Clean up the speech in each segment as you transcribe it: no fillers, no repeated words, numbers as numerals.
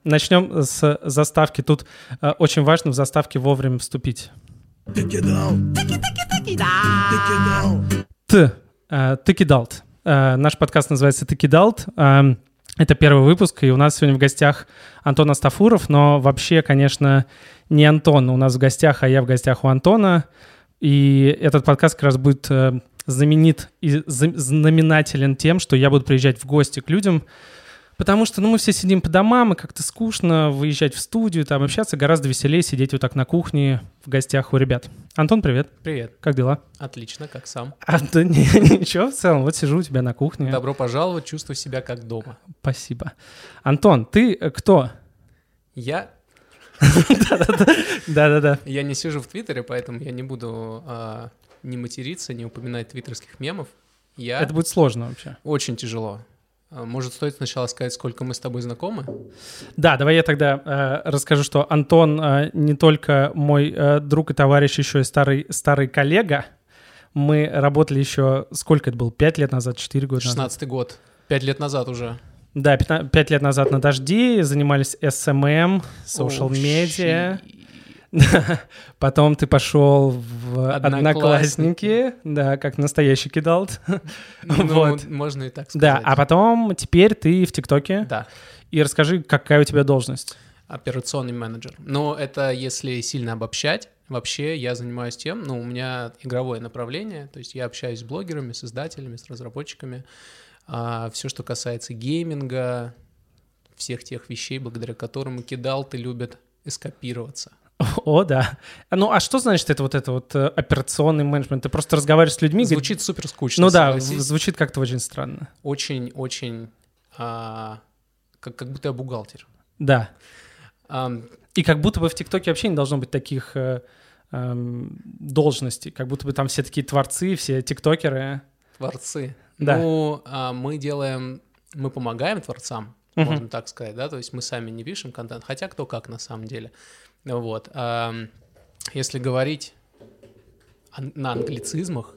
Начнем с заставки. Тут очень важно в заставке вовремя вступить. Тыкидалт. Наш подкаст называется Тыкидалт. Это первый выпуск, и у нас сегодня в гостях Антон Астафуров, но вообще, конечно, не Антон у нас в гостях, а я в гостях у Антона. И этот подкаст как раз будет знаменит и знаменателен тем, что я буду приезжать в гости к людям, потому что, мы все сидим по домам, и как-то скучно выезжать в студию, там общаться, гораздо веселее сидеть вот так на кухне в гостях у ребят. Антон, привет. Привет. Как дела? Отлично, как сам? Да ничего, в целом, вот сижу у тебя на кухне. Добро пожаловать, чувствую себя как дома. Спасибо. Антон, ты кто? Я? Да-да-да. Я не сижу в Твиттере, поэтому я не буду не материться, не упоминать твиттерских мемов. Это будет сложно вообще. Очень тяжело. Может, стоит сначала сказать, сколько мы с тобой знакомы? Да, давай я тогда расскажу, что Антон не только мой друг и товарищ, еще и старый коллега. Мы работали еще, сколько это было, 5 лет назад, 4 года назад? 16-й год, 5 лет назад уже. Да, 5 лет назад на «Дожди», занимались SMM, social media. Потом ты пошел в Одноклассники, да, как настоящий кидалт. Вот. Можно и так сказать. Да, а потом теперь ты в ТикТоке. Да. И расскажи, какая у тебя должность? Операционный менеджер. Но это если сильно обобщать. Вообще я занимаюсь тем, у меня игровое направление, то есть я общаюсь с блогерами, с издателями, с разработчиками. Все, что касается гейминга, всех тех вещей, благодаря которым кидалты любят эскапироваться. О, да. А что значит это вот операционный менеджмент? Ты просто разговариваешь с людьми? Звучит супер скучно. Ну да, звучит как-то очень странно. Очень, как будто я бухгалтер. Да. И как будто бы в ТикТоке вообще не должно быть таких должностей, как будто бы там все такие творцы, все тиктокеры. Творцы. Да. Мы помогаем творцам, можно так сказать, да, то есть мы сами не пишем контент, хотя кто как на самом деле. Вот. Если говорить на англицизмах,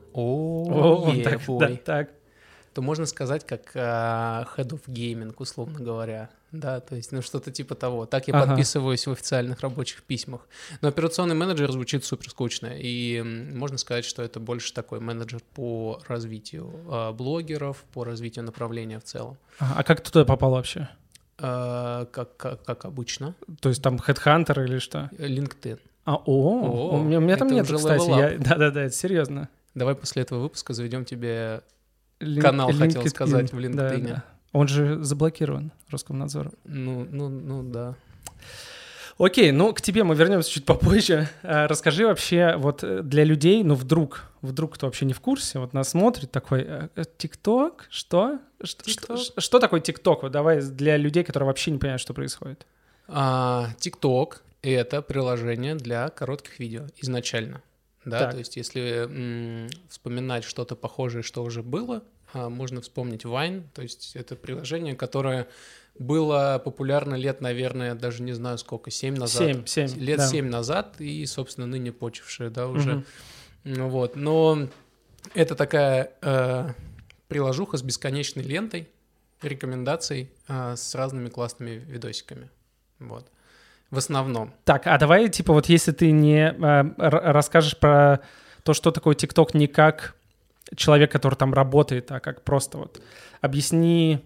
так. то можно сказать как head of gaming, условно говоря, да, то есть, что-то типа того. Так я подписываюсь в официальных рабочих письмах. Но операционный менеджер звучит супер скучно, и можно сказать, что это больше такой менеджер по развитию блогеров, по развитию направления в целом. А как ты туда попал вообще? Как обычно. То есть там HeadHunter или что? LinkedIn. У меня там нет, кстати. Да, это серьезно. Давай после этого выпуска заведем тебе канал, хотел сказать, в LinkedIn. Да. Он же заблокирован Роскомнадзором. Ну да. Окей, к тебе мы вернемся чуть попозже. Расскажи вообще вот для людей, вдруг кто вообще не в курсе, вот нас смотрит такой, ТикТок? Что? Что такое ТикТок? Вот давай для людей, которые вообще не понимают, что происходит. ТикТок — это приложение для коротких видео изначально. Да, так. То есть если вспоминать что-то похожее, что уже было, можно вспомнить Vine, то есть это приложение, которое было популярно лет, наверное, даже не знаю сколько, 7 назад. 7, лет да. 7 назад, и, собственно, ныне почившее, да, уже. Вот, но это такая приложуха с бесконечной лентой рекомендаций с разными классными видосиками, вот. В основном. Так, а давай, вот если ты не расскажешь про то, что такое ТикТок, не как человек, который там работает, а как просто вот объясни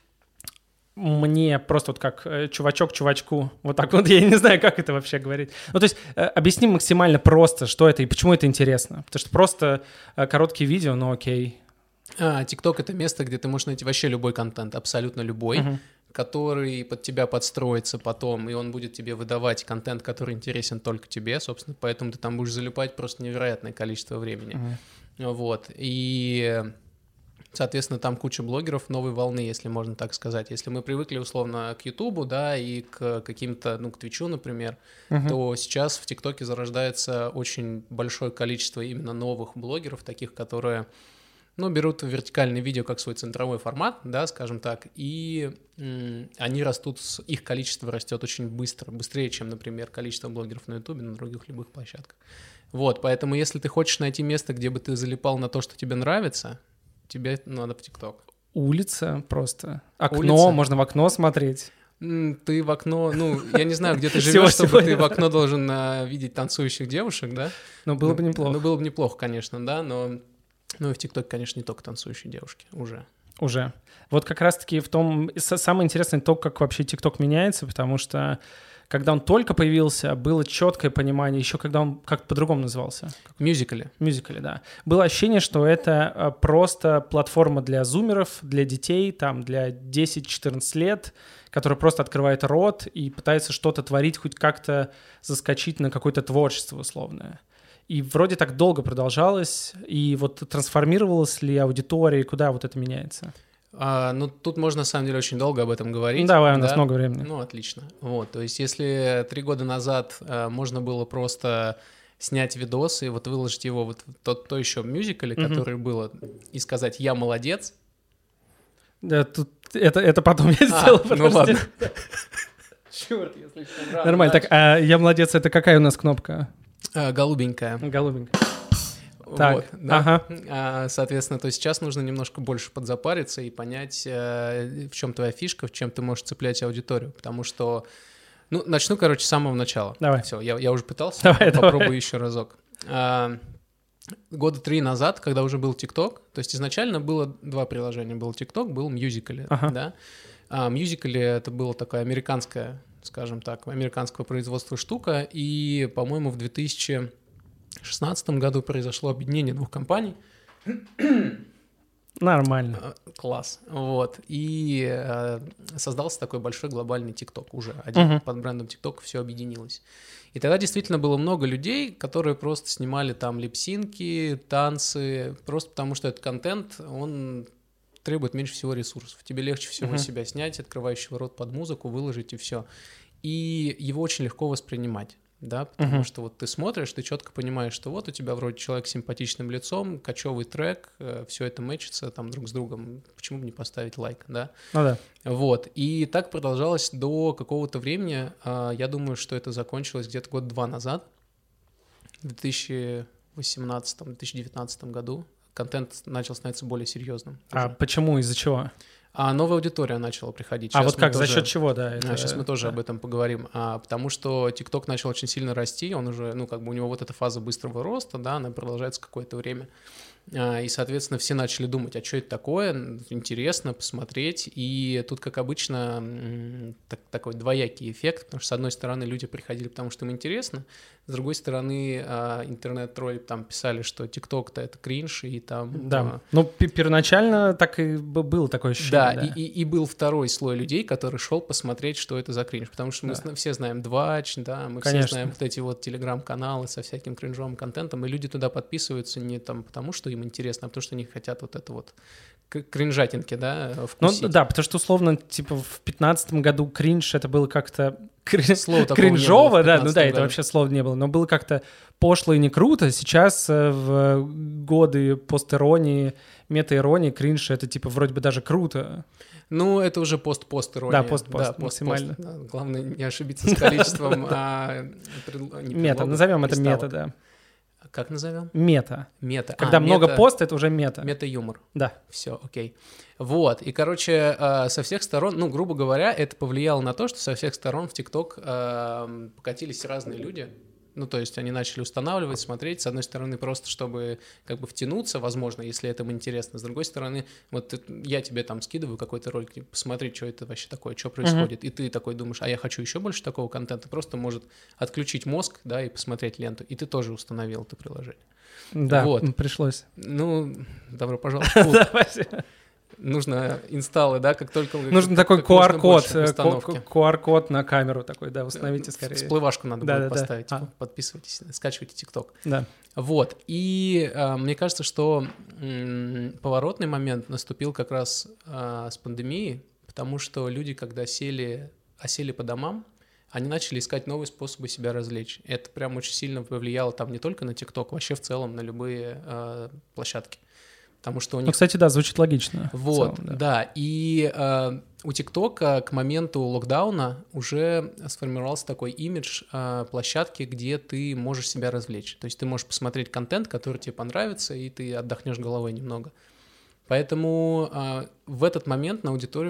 мне просто вот как чувачок чувачку, вот так вот, я не знаю, как это вообще говорить. То есть объясни максимально просто, что это и почему это интересно. Потому что просто короткие видео, окей. ТикТок — это место, где ты можешь найти вообще любой контент, абсолютно любой, который под тебя подстроится потом, и он будет тебе выдавать контент, который интересен только тебе, собственно, поэтому ты там будешь залипать просто невероятное количество времени. Вот, и, соответственно, там куча блогеров новой волны, если можно так сказать. Если мы привыкли, условно, к Ютубу, да, и к каким-то, к Твичу, например, то сейчас в ТикТоке зарождается очень большое количество именно новых блогеров, таких, которые берут вертикальное видео как свой центровой формат, да, скажем так, и они растут, их количество растет очень быстро, быстрее, чем, например, количество блогеров на Ютубе, на других любых площадках. Вот, поэтому если ты хочешь найти место, где бы ты залипал на то, что тебе нравится, тебе надо в ТикТок. Улица просто. Окно, можно в окно смотреть. Ты в окно, я не знаю, где ты живешь, чтобы ты в окно должен видеть танцующих девушек, да? Ну, было бы неплохо. Ну, было бы неплохо, конечно, да, но и в ТикТоке, конечно, не только танцующие девушки, уже. Вот как раз-таки в том... Самое интересное то, как вообще ТикТок меняется, потому что когда он только появился, было четкое понимание, еще когда он как-то по-другому назывался. Мюзикли, да. Было ощущение, что это просто платформа для зумеров, для детей, там, для 10-14 лет, который просто открывает рот и пытается что-то творить, хоть как-то заскочить на какое-то творчество условное. И вроде так долго продолжалось, и вот трансформировалась ли аудитория, и куда вот это меняется? Тут можно, на самом деле, очень долго об этом говорить. Давай, у нас много времени. Ну, отлично. Вот, то есть если 3 года назад можно было просто снять видос и вот выложить его вот в то еще мюзикле, который было, и сказать «я молодец». Да, тут это потом я сделал. Ну ладно. Черт, я слишком рано. Нормально. Так, «я молодец» — это какая у нас кнопка? Голубенькая. Так, вот, да. Соответственно, то есть сейчас нужно немножко больше подзапариться и понять, в чем твоя фишка, в чем ты можешь цеплять аудиторию, потому что, начну, короче, с самого начала. Давай. Все, я уже пытался, попробую еще разок. 3 года назад, когда уже был ТикТок, то есть изначально было 2 приложения, был ТикТок, был Musical.ly, да. Musical.ly — это была такая американская, скажем так, американского производства штука, и, по-моему, в 2016 году произошло объединение 2 компаний. Нормально. Класс. Вот. И создался такой большой глобальный ТикТок уже. Один под брендом ТикТок все объединилось. И тогда действительно было много людей, которые просто снимали там липсинки, танцы, просто потому что этот контент, он требует меньше всего ресурсов. Тебе легче всего себя снять, открывающего рот под музыку, выложить и все. И его очень легко воспринимать. Да, потому что вот ты смотришь, ты четко понимаешь, что вот у тебя вроде человек с симпатичным лицом, кочевый трек, все это мэчится там друг с другом, почему бы не поставить лайк, да? Ну да. Вот, и так продолжалось до какого-то времени, я думаю, что это закончилось где-то 2 года назад, в 2018-2019 году контент начал становиться более серьезным. А почему, из-за чего? Новая аудитория начала приходить. Сейчас вот как, за счет чего, да? Сейчас мы тоже об этом поговорим. Потому что TikTok начал очень сильно расти, он уже, у него вот эта фаза быстрого роста, да, она продолжается какое-то время. И, соответственно, все начали думать, а что это такое, интересно посмотреть. И тут, как обычно, такой двоякий эффект, потому что, с одной стороны, люди приходили, потому что им интересно, с другой стороны, интернет-тролли там писали, что ТикТок-то это кринж, и там... Да, первоначально так и было такое ощущение. Да, и был второй слой людей, который шел посмотреть, что это за кринж, потому что мы все знаем Двач, да, мы все знаем вот эти вот телеграм-каналы со всяким кринжовым контентом, и люди туда подписываются не там потому, что им интересно, а потому что они хотят вот это вот кринжатинки, да, вкусить. Ну да, потому что, условно, типа в 2015 году кринж это было как-то кринжово, да, это вообще слова не было, но было как-то пошло и не круто. Сейчас в годы постиронии, мета-иронии кринж это типа вроде бы даже круто. Это уже пост-ирония. Да, пост максимально. Да, главное не ошибиться с количеством. Мета, назовем это мета, да. Как назовем? Мета. Мета. Когда много поста, это уже мета. Мета-юмор. Да. Все, окей. Вот, и, короче, со всех сторон, грубо говоря, это повлияло на то, что со всех сторон в ТикТок покатились разные люди. То есть они начали устанавливать, смотреть, с одной стороны, просто чтобы как бы втянуться, возможно, если это им интересно, с другой стороны, вот я тебе там скидываю какой-то ролик, посмотри, что это вообще такое, что происходит, и ты такой думаешь, а я хочу еще больше такого контента, просто может отключить мозг, да, и посмотреть ленту, и ты тоже установил это приложение. Да, пришлось. Добро пожаловать. Нужно инсталлы, да, как только... Нужен такой QR-код на камеру такой, да, установите скорее. Всплывашку надо будет поставить, подписывайтесь, скачивайте ТикТок. Да. Вот, и мне кажется, что поворотный момент наступил как раз с пандемией, потому что люди, когда осели по домам, они начали искать новые способы себя развлечь. Это прям очень сильно повлияло там не только на ТикТок, вообще в целом на любые площадки. Потому что у них... кстати, да, звучит логично. Вот, целом, да. И у ТикТока к моменту локдауна уже сформировался такой имидж площадки, где ты можешь себя развлечь. То есть ты можешь посмотреть контент, который тебе понравится, и ты отдохнешь головой немного. Поэтому в этот момент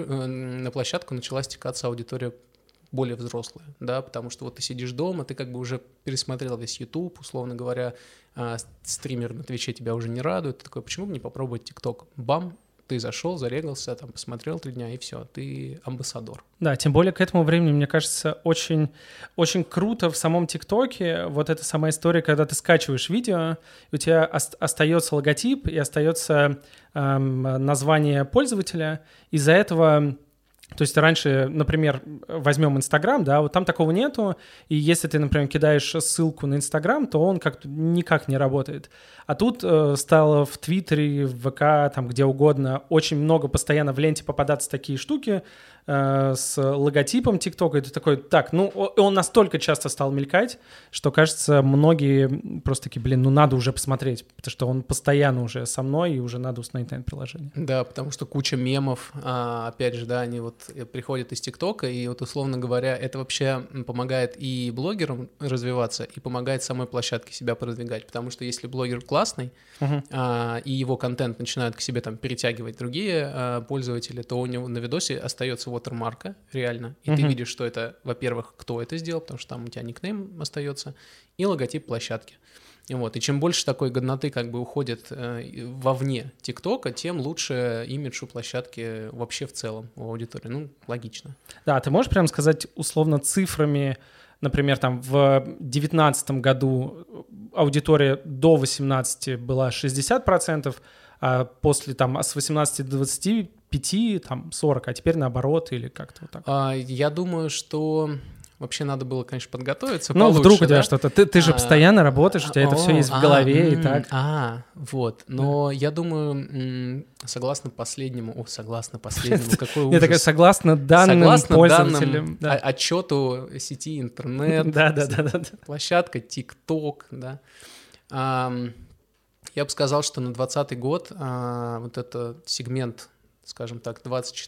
на площадку начала стекаться аудитория более взрослая, да, потому что вот ты сидишь дома, ты как бы уже пересмотрел весь YouTube, условно говоря, стример на Твиче тебя уже не радует, ты такой, почему бы не попробовать ТикТок? Бам, ты зашел, зарегался, там, посмотрел 3 дня, и все, ты амбассадор. Да, тем более к этому времени, мне кажется, очень, очень круто в самом ТикТоке вот эта самая история, когда ты скачиваешь видео, и у тебя остается логотип и остается название пользователя. Из-за этого... То есть раньше, например, возьмем Инстаграм, да, вот там такого нету, и если ты, например, кидаешь ссылку на Инстаграм, то он как-то никак не работает. А тут стало в Твиттере, в ВК, там где угодно, очень много постоянно в ленте попадаться такие штуки с логотипом ТикТока, и ты такой, так, ну, он настолько часто стал мелькать, что, кажется, многие просто такие, блин, ну, надо уже посмотреть, потому что он постоянно уже со мной, и уже надо установить на это приложение. Да, потому что куча мемов, опять же, да, они вот приходят из ТикТока, и вот, условно говоря, это вообще помогает и блогерам развиваться, и помогает самой площадке себя продвигать, потому что если блогер классный, и его контент начинают к себе там перетягивать другие пользователи, то у него на видосе остается watermark, реально, и ты видишь, что это, во-первых, кто это сделал, потому что там у тебя никнейм остается, и логотип площадки. Вот. И чем больше такой годноты как бы уходит вовне ТикТока, тем лучше имидж у площадки вообще в целом у аудитории. Ну, логично. Да, ты можешь прям сказать условно цифрами, например, там в 2019 году аудитория до 18 была 60%, а после там с 18 до 25 там 40, а теперь наоборот или как-то вот так? Я думаю, что... Вообще надо было, конечно, подготовиться ну, получше, вдруг у тебя да? что-то... Ты же постоянно работаешь, у тебя это все есть в голове и так. Вот. Но я думаю, согласно последнему... какой ужас. Я такая, согласно данным пользователям. Отчету сети интернет, площадка ТикТок, да. Я бы сказал, что на 2020 год вот этот сегмент, скажем так,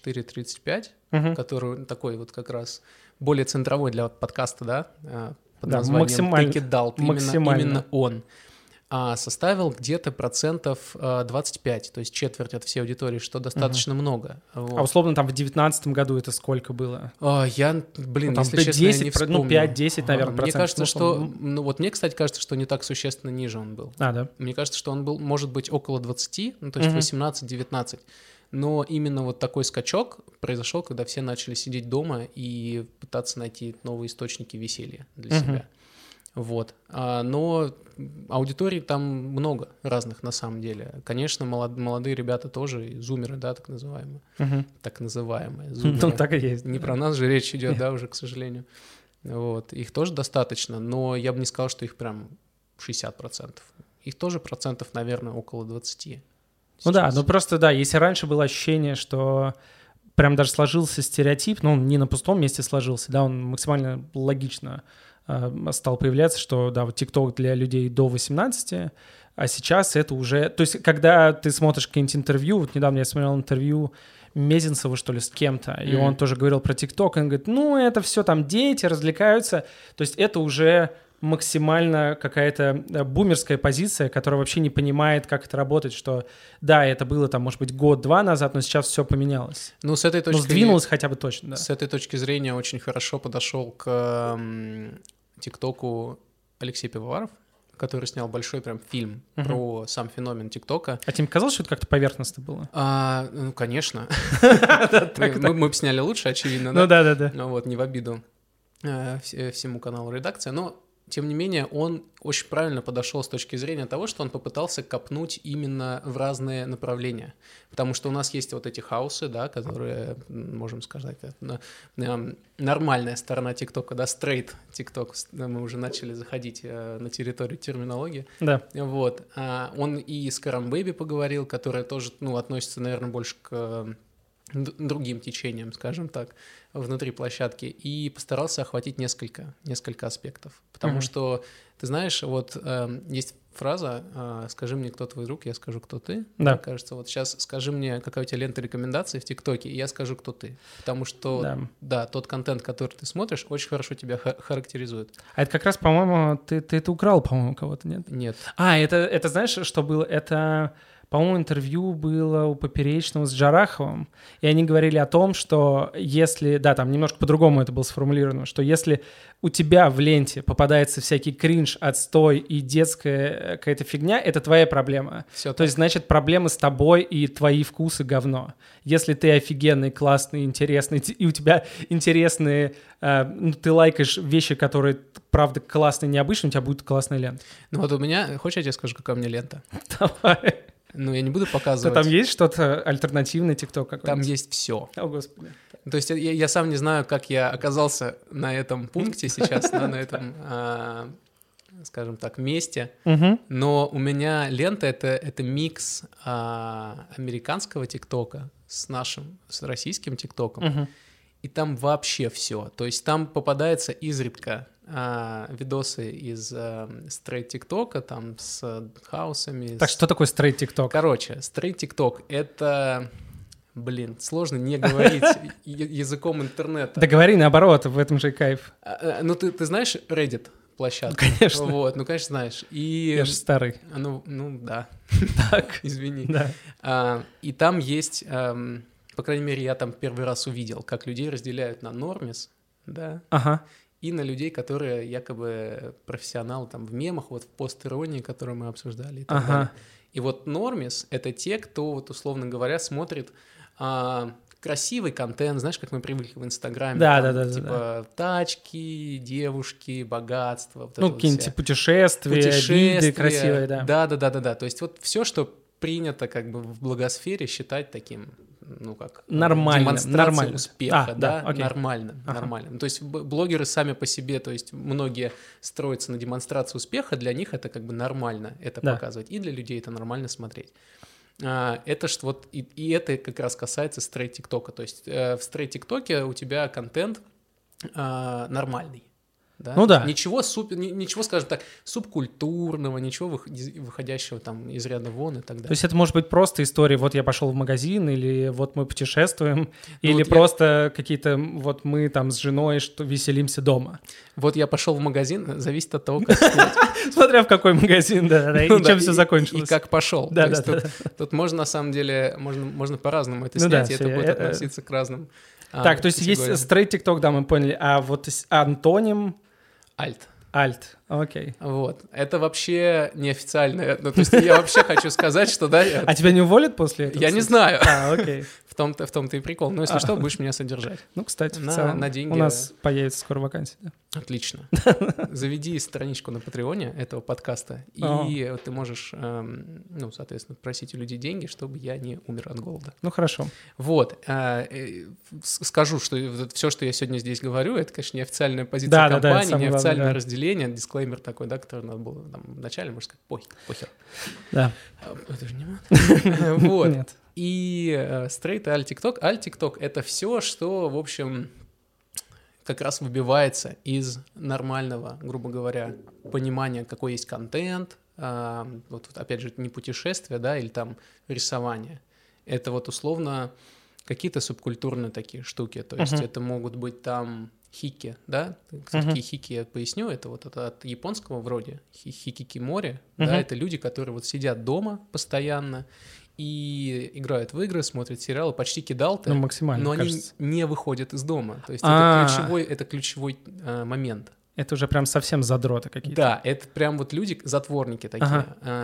24-35, который такой вот как раз... более центровой для подкаста, да, под названием Take It Out, именно он, составил где-то 25%, то есть четверть от всей аудитории, что достаточно много. Вот. А условно там в 2019 году это сколько было? Если честно, 10, я не вспомню. 5-10, наверное, Мне кажется, что... мне, кстати, кажется, что не так существенно ниже он был. Да? Мне кажется, что он был, может быть, около 20, то есть 18-19. Но именно вот такой скачок произошел, когда все начали сидеть дома и пытаться найти новые источники веселья для себя. Вот. Но аудиторий там много разных на самом деле. Конечно, молодые ребята тоже, зумеры, да, так называемые. Так называемые зумеры. Ну, так и есть. Не про нас же речь идет, да, уже, к сожалению. Вот. Их тоже достаточно, но я бы не сказал, что их прям 60%. Их тоже процентов, наверное, около 20%. Ну да, просто да, если раньше было ощущение, что прям даже сложился стереотип, но он не на пустом месте сложился, да, он максимально логично стал появляться, что да, вот ТикТок для людей до 18, а сейчас это уже... То есть когда ты смотришь какие-нибудь интервью, вот недавно я смотрел интервью Мезенцева, что ли, с кем-то, и он тоже говорил про ТикТок, и он говорит, ну это все там дети развлекаются, то есть это уже... максимально какая-то бумерская позиция, которая вообще не понимает, как это работает, что да, это было там, может быть, год-два назад, но сейчас все поменялось. Ну, с этой точки... сдвинулось хотя бы точно, да. С этой точки зрения очень хорошо подошел к ТикТоку Алексей Пивоваров, который снял большой прям фильм про сам феномен ТикТока. А тебе казалось, что это как-то поверхностно было? Ну, конечно. Мы бы сняли лучше, очевидно, да? Ну, да. Ну, вот, не в обиду всему каналу «Редакция», но тем не менее, он очень правильно подошел с точки зрения того, что он попытался копнуть именно в разные направления. Потому что у нас есть вот эти хаусы, да, которые, можем сказать, нормальная сторона ТикТока, да, стрейт ТикТок, мы уже начали заходить на территорию терминологии. Да. Вот. Он и с Карам Бэйби поговорил, которая тоже, относится, наверное, больше к другим течениям, скажем так, внутри площадки, и постарался охватить несколько аспектов. Потому что, ты знаешь, вот есть фраза «скажи мне, кто твой друг, я скажу, кто ты». Да. Мне кажется, вот сейчас скажи мне, какая у тебя лента рекомендаций в ТикТоке, и я скажу, кто ты. Потому что, да, тот контент, который ты смотришь, очень хорошо тебя характеризует. А это как раз, по-моему, ты это украл, по-моему, кого-то, нет? Нет. Это знаешь, что было? Это... по-моему, интервью было у Поперечного с Джараховым, и они говорили о том, что если, да, там немножко по-другому это было сформулировано, что если у тебя в ленте попадается всякий кринж, отстой и детская какая-то фигня, это твоя проблема. Всё То есть, значит, проблемы с тобой и твои вкусы говно. Если ты офигенный, классный, интересный, и у тебя интересные, ты лайкаешь вещи, которые, правда, классные, необычные, у тебя будет классная лента. Ну вот у меня, хочешь, я тебе скажу, какая у меня лента? Давай. Ну, я не буду показывать. Там есть что-то альтернативное, ТикТок какой-нибудь? Там есть все. О, Господи. То есть я сам не знаю, как я оказался на этом пункте сейчас, да, на этом, скажем так, месте, но у меня лента — это микс американского ТикТока с российским ТикТоком, и там вообще все. То есть там попадается изредка видосы из стрейт-тиктока, там с хаусами. Так, что такое стрейт-тикток? Короче, стрейт-тикток — это... Блин, сложно не говорить языком интернета. Да говори наоборот, в этом же и кайф. Ну, ты знаешь Reddit площадку? Конечно. Вот, ну, конечно, знаешь. И... Я же старый. Ну, да. Так. Извини. Да. И там есть, по крайней мере, я там первый раз увидел, как людей разделяют на нормис, да, и на людей, которые якобы профессионалы там в мемах, вот в пост-иронии, которую мы обсуждали и так далее. И вот нормис — это те, кто, вот, условно говоря, смотрит красивый контент, знаешь, как мы привыкли в Инстаграме. Да. Типа тачки, девушки, богатство. Вот ну, какие-нибудь вот путешествия, виды красивые, да. Да. То есть вот все, что принято как бы в благосфере считать таким, ну как... Нормально. Успеха, нормально. То есть блогеры сами по себе, то есть многие строятся на демонстрации успеха, для них это как бы нормально это показывать, и для людей это нормально смотреть. Это что вот и это как раз касается стрейт-тиктока, то есть в стрейт-тиктоке у тебя контент нормальный. Да? Ну да. Ничего, скажем так, субкультурного, ничего выходящего там из ряда вон и так далее. То есть это может быть просто история, вот я пошел в магазин, или вот мы путешествуем, или вот просто какие-то, вот мы там с женой что веселимся дома. Вот я пошел в магазин, зависит от того, как снять. Смотря в какой магазин, да, и чем все закончилось. И как пошел. Да. Тут можно, на самом деле, можно по-разному это снять, и это будет относиться к разным. Так, то есть есть стрейт-тикток, да, мы поняли, а вот антоним... Альт, окей. Вот. Это вообще неофициально. Ну, то есть я вообще хочу сказать, что да... А тебя не уволят после этого? Я не знаю. Окей. В том-то и прикол. Но если что, будешь меня содержать. Ну, кстати, в целом на деньги... у нас появится скоро вакансия. Да? Отлично. Заведи страничку на Патреоне этого подкаста, и ты можешь, ну, соответственно, просить у людей деньги, чтобы я не умер от голода. Ну, хорошо. Вот. Скажу, что все, что я сегодня здесь говорю, это, конечно, неофициальная позиция компании, неофициальное разделение, дисклеймер такой, да, который надо было там вначале, можно сказать, похер. Да. Это же не мат. Вот. Нет. И стрейт и альт-тикток. Альт-тикток — это все, что, в общем, как раз выбивается из нормального, грубо говоря, понимания, какой есть контент. Вот опять же, не путешествие, да, или там рисование. Это вот условно какие-то субкультурные такие штуки. То есть это могут быть там хики, да? Кто такие хики, я поясню. Это вот от японского вроде хикикимори. Да, это люди, которые вот сидят дома постоянно и играют в игры, смотрят сериалы, почти кидалты, ну, максимально, но кажется. Они не выходят из дома. То есть это ключевой момент. Это уже прям совсем задроты какие-то. Да, это прям вот люди, затворники такие.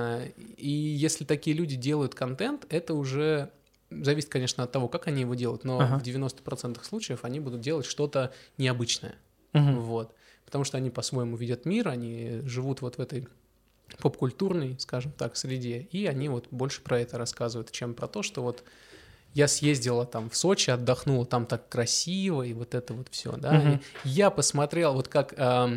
И если такие люди делают контент, это уже зависит, конечно, от того, как они его делают, но в 90% случаев они будут делать что-то необычное. Вот. Потому что они по-своему видят мир, они живут вот в этой поп-культурной, скажем так, среде, и они вот больше про это рассказывают, чем про то, что вот я съездила там в Сочи, отдохнула, там так красиво, и вот это вот все, да. Я посмотрел, вот как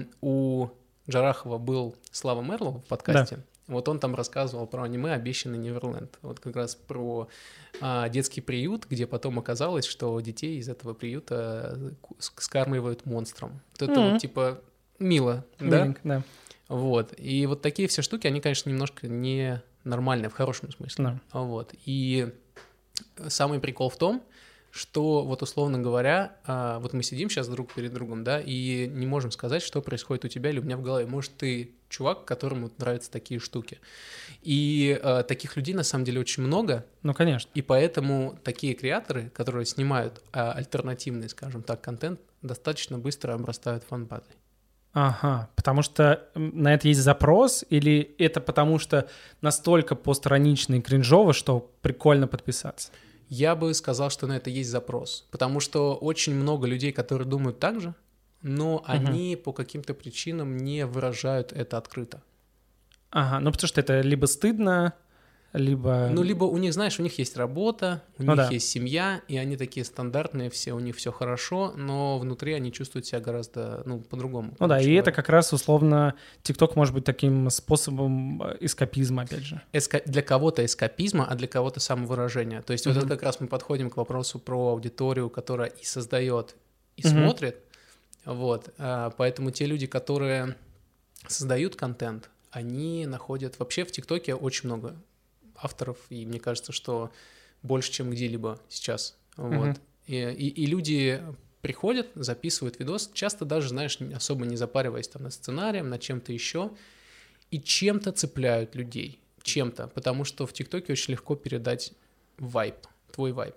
у Джарахова был Слава Мерлоу в подкасте, вот он там рассказывал про аниме «Обещанный Неверленд», вот как раз про детский приют, где потом оказалось, что детей из этого приюта скармливают монстром. Вот это вот типа мило, да? Вот, и вот такие все штуки, они, конечно, немножко не нормальные, в хорошем смысле. Вот, и самый прикол в том, что вот условно говоря, вот мы сидим сейчас друг перед другом, да, и не можем сказать, что происходит у тебя или у меня в голове. Может, ты чувак, которому нравятся такие штуки. И таких людей на самом деле очень много. Ну, конечно. И поэтому такие креаторы, которые снимают альтернативный, скажем так, контент, достаточно быстро обрастают фан-базой. Ага, потому что на это есть запрос, или это потому что настолько постранично и кринжово, что прикольно подписаться? Я бы сказал, что на это есть запрос, потому что очень много людей, которые думают так же, но они по каким-то причинам не выражают это открыто. Ага, ну потому что это либо стыдно, либо... Ну, либо у них, знаешь, у них есть работа, у Ну них да. есть семья, и они такие стандартные все, у них все хорошо, но внутри они чувствуют себя гораздо, ну, по-другому. Ну да, и короче это говоря. как раз условно TikTok может быть таким способом эскапизма, опять же. Для кого-то эскапизма, а для кого-то самовыражения. То есть вот это как раз мы подходим к вопросу про аудиторию, которая и создает, и смотрит. Вот. Поэтому те люди, которые создают контент, они находят... Вообще в ТикТоке очень много авторов, и мне кажется, что больше, чем где-либо сейчас. Вот. И люди приходят, записывают видос, часто даже, знаешь, особо не запариваясь там над сценарием, над чем-то еще, и чем-то цепляют людей. Чем-то. Потому что в ТикТоке очень легко передать вайб, твой вайб.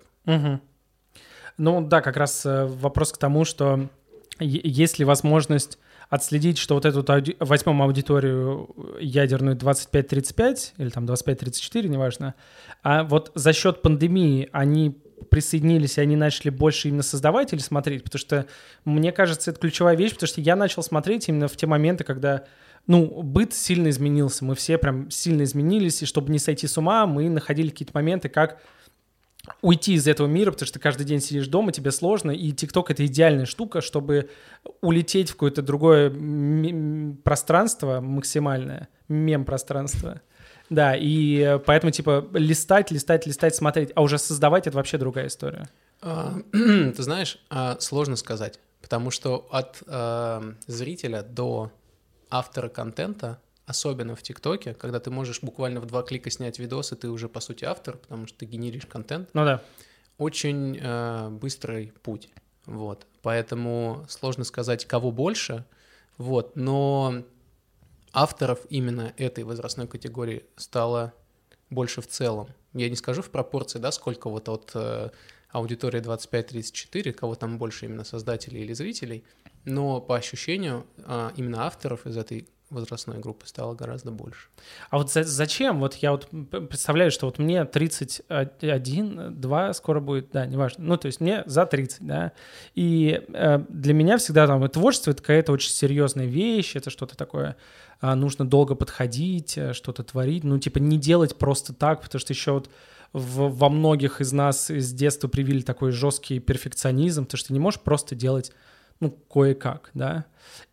Ну да, как раз вопрос к тому, что есть ли возможность отследить, что вот эту возьмем аудиторию ядерную 25-35 или там 25-34, неважно, а вот за счет пандемии они присоединились, и они начали больше именно создавать или смотреть, потому что, мне кажется, это ключевая вещь, потому что я начал смотреть именно в те моменты, когда, ну, быт сильно изменился, мы все прям сильно изменились, и чтобы не сойти с ума, мы находили какие-то моменты, как уйти из этого мира, потому что ты каждый день сидишь дома, тебе сложно, и ТикТок — это идеальная штука, чтобы улететь в какое-то другое пространство максимальное, мем-пространство. Да, и поэтому, типа, листать, смотреть, а уже создавать — это вообще другая история. Ты знаешь, сложно сказать, потому что от зрителя до автора контента, особенно в ТикТоке, когда ты можешь буквально в 2 клика снять видос, и ты уже, по сути, автор, потому что ты генеришь контент. Ну да. Очень быстрый путь, вот. Поэтому сложно сказать, кого больше, вот. Но авторов именно этой возрастной категории стало больше в целом. Я не скажу в пропорции, да, сколько вот от аудитории 25-34, кого там больше именно создателей или зрителей, но по ощущению именно авторов из этой возрастной группы стало гораздо больше. А вот зачем? Вот я вот представляю, что вот мне 31, 2 скоро будет, да, неважно. Ну, то есть мне за 30, да. И для меня всегда там творчество — это какая-то очень серьезная вещь, это что-то такое, нужно долго подходить, что-то творить. Ну, типа не делать просто так, потому что еще вот во многих из нас с детства привили такой жесткий перфекционизм, потому что ты не можешь просто делать, ну, кое-как, да.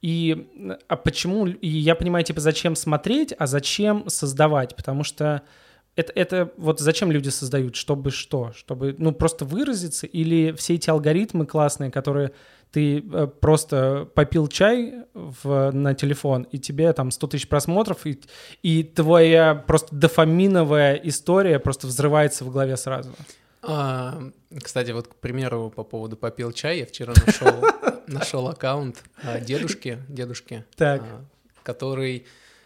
А почему? И я понимаю, типа, зачем смотреть, а зачем создавать? Потому что это вот зачем люди создают? Чтобы что? Чтобы, ну, просто выразиться? Или все эти алгоритмы классные, которые ты просто попил чай на телефон, и тебе там 100 тысяч просмотров, и твоя просто дофаминовая история просто взрывается в голове сразу? Кстати, вот, к примеру, по поводу «попил чай», я вчера нашел аккаунт дедушки, который,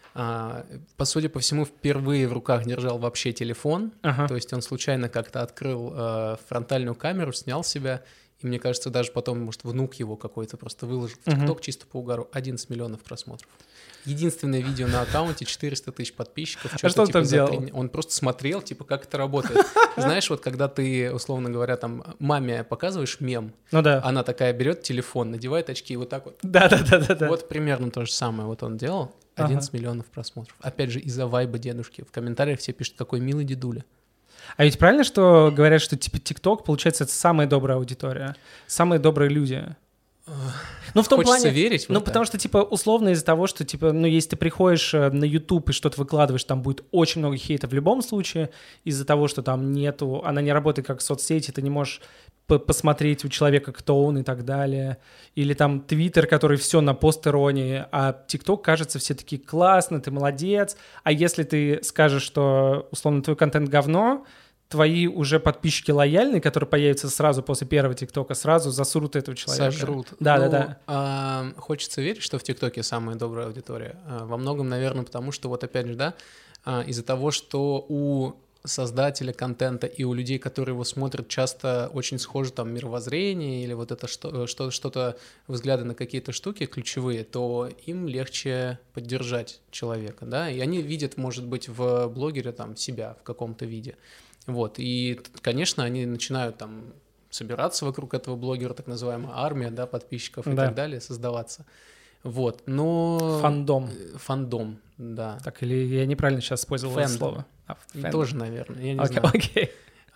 судя по всему, впервые в руках держал вообще телефон. То есть он случайно как-то открыл фронтальную камеру, снял себя, и мне кажется, даже потом, может, внук его какой-то просто выложил в ТикТок чисто по угару. 11 миллионов просмотров. Единственное видео на аккаунте, 400 тысяч подписчиков. А что он там делал? Он просто смотрел, типа, как это работает. Знаешь, вот когда ты, условно говоря, там маме показываешь мем, ну, да. Она такая берет телефон, надевает очки и вот так вот. Да. Вот примерно то же самое вот он делал. 11 миллионов просмотров. Опять же, из-за вайба дедушки. В комментариях все пишут, какой милый дедуля. А ведь правильно, что говорят, что типа ТикТок, получается, это самая добрая аудитория, самые добрые люди? Ну, в том Хочется плане, верить в это. Потому что, типа, условно из-за того, что, типа, ну, если ты приходишь на YouTube и что-то выкладываешь, там будет очень много хейта в любом случае, из-за того, что там она не работает как соцсети, ты не можешь посмотреть у человека, кто он и так далее. Или там Твиттер, который все на пост-иронии, а ТикТок, кажется, все такие классно, ты молодец. А если ты скажешь, что, условно, твой контент говно, твои уже подписчики лояльные, которые появятся сразу после первого ТикТока, сразу засрут этого человека? Сожрут. Да. Хочется верить, что в ТикТоке самая добрая аудитория. Во многом, наверное, потому что вот опять же, да, из-за того, что у создателя контента и у людей, которые его смотрят, часто очень схоже там мировоззрение или вот это что-то, взгляды на какие-то штуки ключевые, то им легче поддержать человека, да, и они видят, может быть, в блогере там себя в каком-то виде, вот, и, конечно, они начинают там собираться вокруг этого блогера, так называемая армия, да, подписчиков и так далее, создаваться. Вот, но... Фандом, да. Так, или я неправильно сейчас использовал это слово? Тоже, наверное, я не знаю. Окей.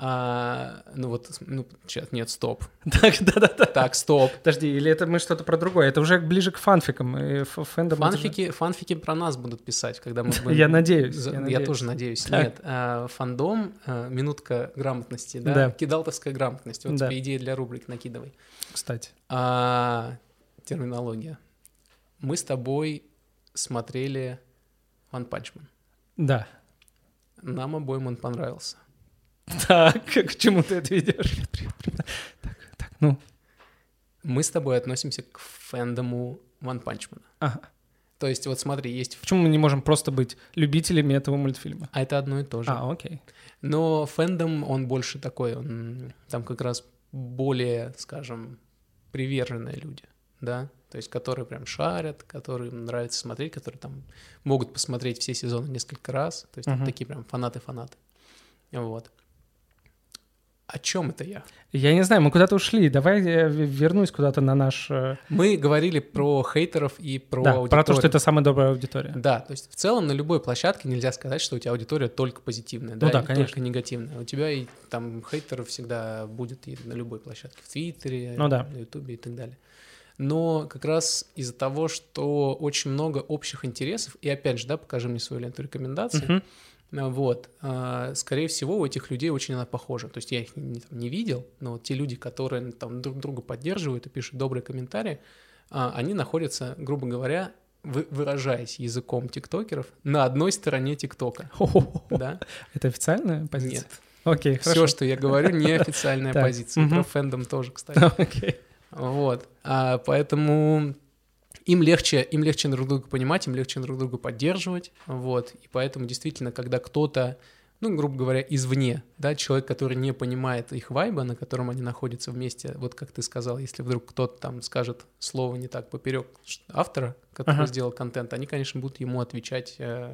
Нет, стоп. Так, да. Так, стоп. Подожди, или это мы что-то про другое? Это уже ближе к фанфикам. Фанфики про нас будут писать, когда мы будем... Я надеюсь. Я тоже надеюсь. Нет, фандом, минутка грамотности, да? Кидалтовская грамотность. Вот тебе идея для рубрик накидывай. Кстати. Терминология. Мы с тобой смотрели One Punch Man. Да. Нам обоим он понравился. Так, к чему ты это ведешь? Так, ну. Мы с тобой относимся к фэндому One Punch Man. Ага. То есть вот смотри, есть... Почему мы не можем просто быть любителями этого мультфильма? А это одно и то же. Окей. Но фэндом, он больше такой, там как раз более, скажем, приверженные люди, да? То есть которые прям шарят, которым нравится смотреть, которые там могут посмотреть все сезоны несколько раз. То есть такие прям фанаты-фанаты. Вот. О чем это я? Я не знаю, мы куда-то ушли. Давай я вернусь куда-то на наш... Мы говорили про хейтеров и про аудиторию. Про то, что это самая добрая аудитория. Да, то есть в целом на любой площадке нельзя сказать, что у тебя аудитория только позитивная, да, или только негативная. У тебя и там хейтеров всегда будет и на любой площадке, в Твиттере, на Ютубе и так далее. Но как раз из-за того, что очень много общих интересов, и опять же, да, покажи мне свою ленту рекомендаций, вот, скорее всего, у этих людей очень она похожа. То есть я их не видел, но вот те люди, которые там друг друга поддерживают и пишут добрые комментарии, они находятся, грубо говоря, выражаясь языком тиктокеров, на одной стороне ТикТока. Да? Это официальная позиция? Нет. Окей, хорошо. Все, что я говорю, неофициальная позиция. Про фэндом тоже, кстати. Окей. Вот, поэтому им легче друг друга понимать, им легче друг друга поддерживать, вот, и поэтому действительно, когда кто-то, ну, грубо говоря, извне, да, человек, который не понимает их вайба, на котором они находятся вместе, вот как ты сказал, если вдруг кто-то там скажет слово не так поперек автора, который сделал контент, они, конечно, будут ему отвечать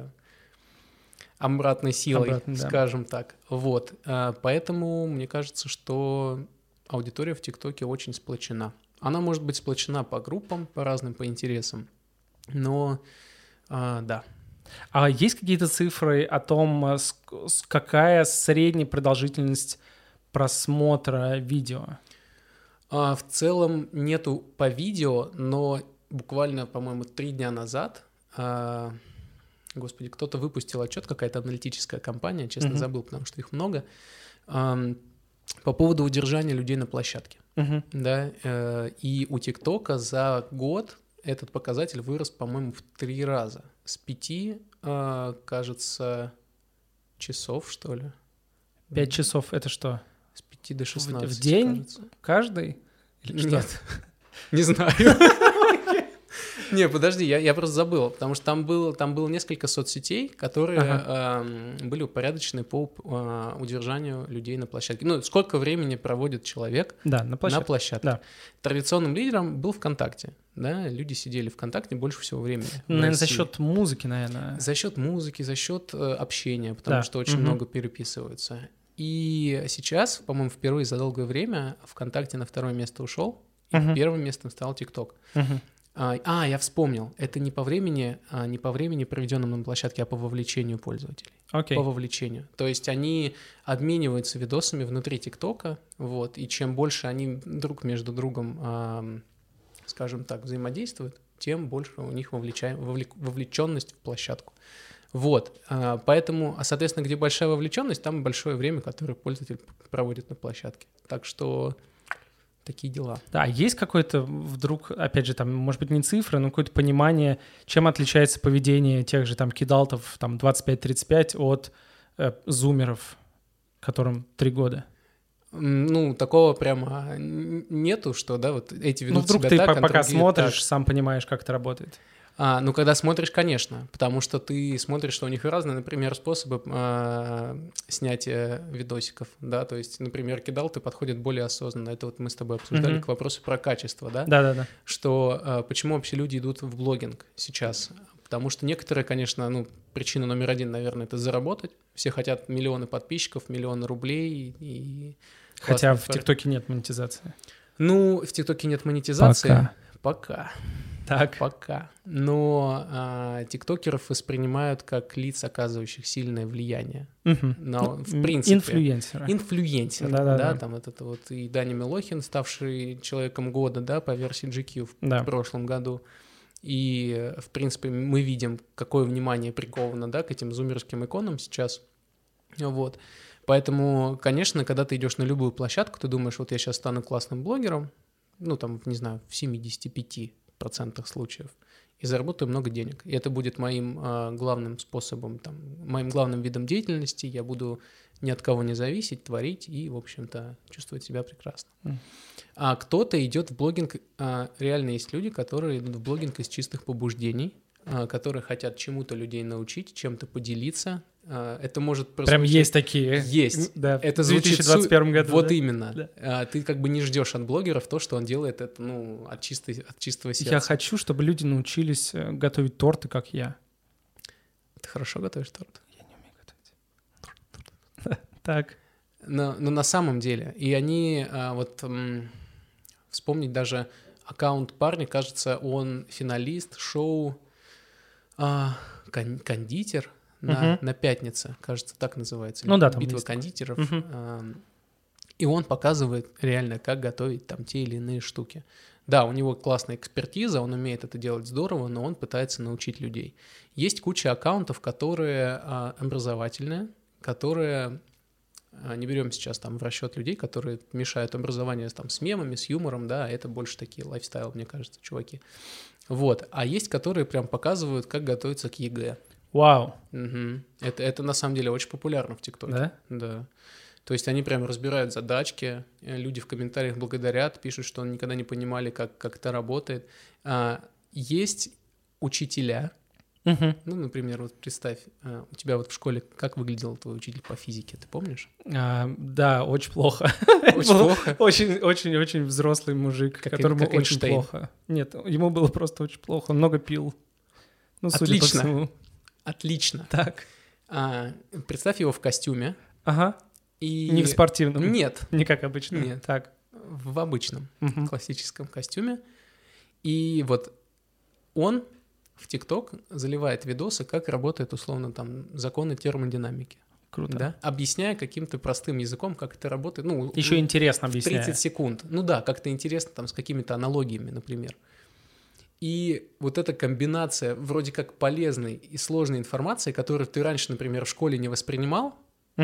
обратной силой, скажем так, вот, поэтому мне кажется, что аудитория в ТикТоке очень сплочена. Она может быть сплочена по группам, по разным, по интересам, но да. А есть какие-то цифры о том, какая средняя продолжительность просмотра видео? В целом нету по видео, но буквально, по-моему, 3 дня назад, господи, кто-то выпустил отчет, какая-то аналитическая компания, честно забыл, потому что их много, по поводу удержания людей на площадке. Да, и у ТикТока за год этот показатель вырос, по-моему, в 3 раза. С 5, кажется, часов, что ли. 5 часов — это что? С 5 до 16. В день? Кажется. Каждый? Или нет, не знаю. Не, подожди, я просто забыл, потому что там было несколько соцсетей, которые были упорядочены по удержанию людей на площадке. Ну, сколько времени проводит человек на площадке. Да. Традиционным лидером был ВКонтакте, да, люди сидели ВКонтакте больше всего времени. Наверное, за счет музыки, наверное. За счет музыки, за счет общения, потому что очень много переписываются. И сейчас, по-моему, впервые за долгое время ВКонтакте на 2-е место ушел, и 1-м местом стал ТикТок. Я вспомнил. Это не по времени проведенному на площадке, а по вовлечению пользователей. По вовлечению. То есть они обмениваются видосами внутри ТикТока, вот, и чем больше они друг между другом, скажем так, взаимодействуют, тем больше у них вовлеченность в площадку. Вот, поэтому, соответственно, где большая вовлеченность, там большое время, которое пользователь проводит на площадке. Так что... Такие дела. Да, есть какое-то вдруг, опять же, там, может быть, не цифры, но какое-то понимание, чем отличается поведение тех же там кидалтов там 25-35 от зумеров? которым 3 года? Ну, такого прямо нету, что, да, вот эти ведут вдруг себя ты так, пока другие смотришь, так. сам понимаешь, как это работает. Ну, когда смотришь, конечно, потому что ты смотришь, что у них разные, например, способы снятия видосиков, да, то есть, например, кидалты подходят более осознанно, это вот мы с тобой обсуждали к вопросу про качество, да, Да-да-да. что почему вообще люди идут в блогинг сейчас, потому что некоторые, конечно, ну, причина номер один, наверное, это заработать, все хотят миллионы подписчиков, миллионы рублей и... Хотя в ТикТоке нет монетизации. Ну, в ТикТоке нет монетизации. Пока. Так. Пока. Но тиктокеров воспринимают как лиц, оказывающих сильное влияние. Но, в принципе. Инфлюенсеры. Инфлюенсеры, да. да, там вот это вот и Даня Милохин, ставший человеком года, да, по версии GQ в прошлом году. И, в принципе, мы видим, какое внимание приковано, да, к этим зумерским иконам сейчас. Вот. Поэтому, конечно, когда ты идешь на любую площадку, ты думаешь, вот я сейчас стану классным блогером, ну, там, не знаю, в 75% случаев, и заработаю много денег. И это будет моим главным способом, там, моим главным видом деятельности. Я буду ни от кого не зависеть, творить и, в общем-то, чувствовать себя прекрасно. А кто-то идет в блогинг, реально есть люди, которые идут в блогинг из чистых побуждений, которые хотят чему-то людей научить, чем-то поделиться. Это может прозвучать... Прям есть такие. Есть. Да, это в 2021 году. Вот да? именно. Да. Ты как бы не ждешь от блогеров то, что он делает это, ну, от чистого сердца. Я хочу, чтобы люди научились готовить торты, как я. Ты хорошо готовишь торт? Я не умею готовить. Так. Но на самом деле. И они вспомнить даже аккаунт парня, кажется, он финалист шоу «Кондитер» на пятнице, кажется, так называется. Ну да, там «Битва есть кондитеров». И он показывает реально, как готовить там те или иные штуки. Да, у него классная экспертиза, он умеет это делать здорово, но он пытается научить людей. Есть куча аккаунтов, которые образовательные, которые... Не берем сейчас там в расчет людей, которые мешают образованию там, с мемами, с юмором, да, это больше такие лайфстайл, мне кажется, чуваки. Вот. А есть, которые прям показывают, как готовиться к ЕГЭ. Вау. Угу. Это на самом деле очень популярно в ТикТоке. Да? Да. То есть они прям разбирают задачки, люди в комментариях благодарят, пишут, что никогда не понимали, как это работает. Есть учителя. Ну, например, вот представь, у тебя вот в школе как выглядел твой учитель по физике, ты помнишь? Да, очень плохо. Очень плохо? Очень взрослый мужик, которому очень плохо. Нет, ему было просто очень плохо, он много пил. Ну, судя по всему. Отлично. Так. Представь его в костюме. Ага. И... Не в спортивном? Нет. Не как обычно? Нет. Так. В обычном классическом костюме. И вот он... в ТикТок заливает видосы, как работают, условно, там, законы термодинамики. Круто. Да? Объясняя каким-то простым языком, как это работает. Ну, еще интересно объясняя. 30 секунд. Ну да, как-то интересно, там, с какими-то аналогиями, например. И вот эта комбинация вроде как полезной и сложной информации, которую ты раньше, например, в школе не воспринимал,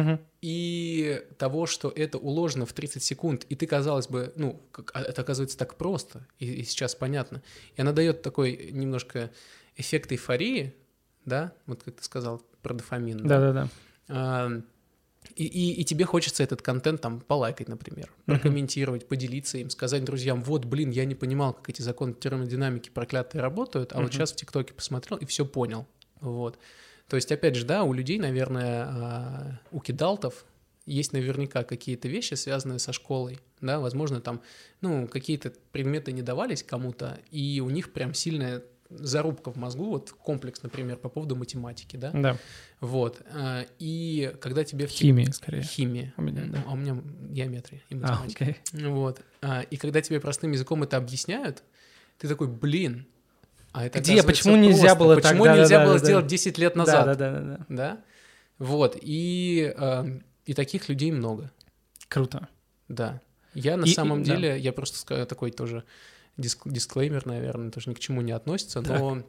и того, что это уложено в 30 секунд, и ты, казалось бы, ну, это оказывается так просто, и сейчас понятно. И она дает такой немножко эффект эйфории, да, вот как ты сказал про дофамин. Да-да-да. И тебе хочется этот контент там полайкать, например, прокомментировать, поделиться им, сказать друзьям, вот, блин, я не понимал, как эти законы термодинамики проклятые работают, а вот сейчас в ТикТоке посмотрел и все понял, вот. То есть, опять же, да, у людей, наверное, у кидалтов есть наверняка какие-то вещи, связанные со школой, да, возможно, там, ну, какие-то предметы не давались кому-то, и у них прям сильная зарубка в мозгу, вот комплекс, например, по поводу математики, да? Да. Вот, и когда тебе... Химия, скорее. Химия. У меня, да. А у меня геометрия и математика. Окей. Вот, и когда тебе простым языком это объясняют, ты такой, блин, а это где, почему нельзя было так? Почему нельзя было сделать 10 лет назад? Да. Вот, и таких людей много. Круто. Да. Я на самом деле, я просто скажу такой тоже дисклеймер, наверное, тоже ни к чему не относится, но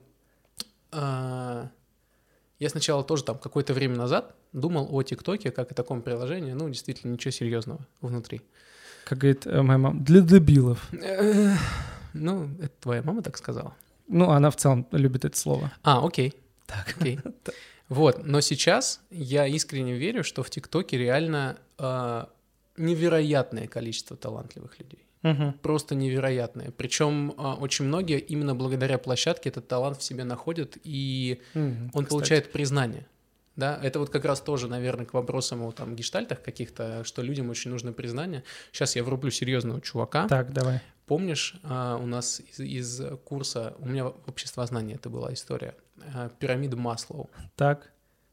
я сначала тоже там какое-то время назад думал о ТикТоке как о таком приложении, ну, действительно, ничего серьезного внутри. Как говорит моя мама, для дебилов. Ну, это твоя мама так сказала? Ну, она в целом любит это слово. Так. Окей. Вот, но сейчас я искренне верю, что в ТикТоке реально невероятное количество талантливых людей. Просто невероятное. Причем очень многие именно благодаря площадке этот талант в себе находят, и он получает признание. Да, это вот как раз тоже, наверное, к вопросам о там гештальтах каких-то, что людям очень нужно признание. Сейчас я врублю серьезного чувака. Так, давай. Помнишь, у нас из курса, у меня в обществознании это была история, пирамида Маслоу. Так,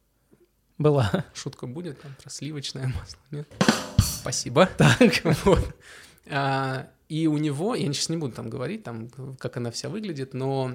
была. Шутка будет, там, про сливочное масло, нет? Спасибо. Так. Вот. И у него, я сейчас не буду там говорить, там, как она вся выглядит, но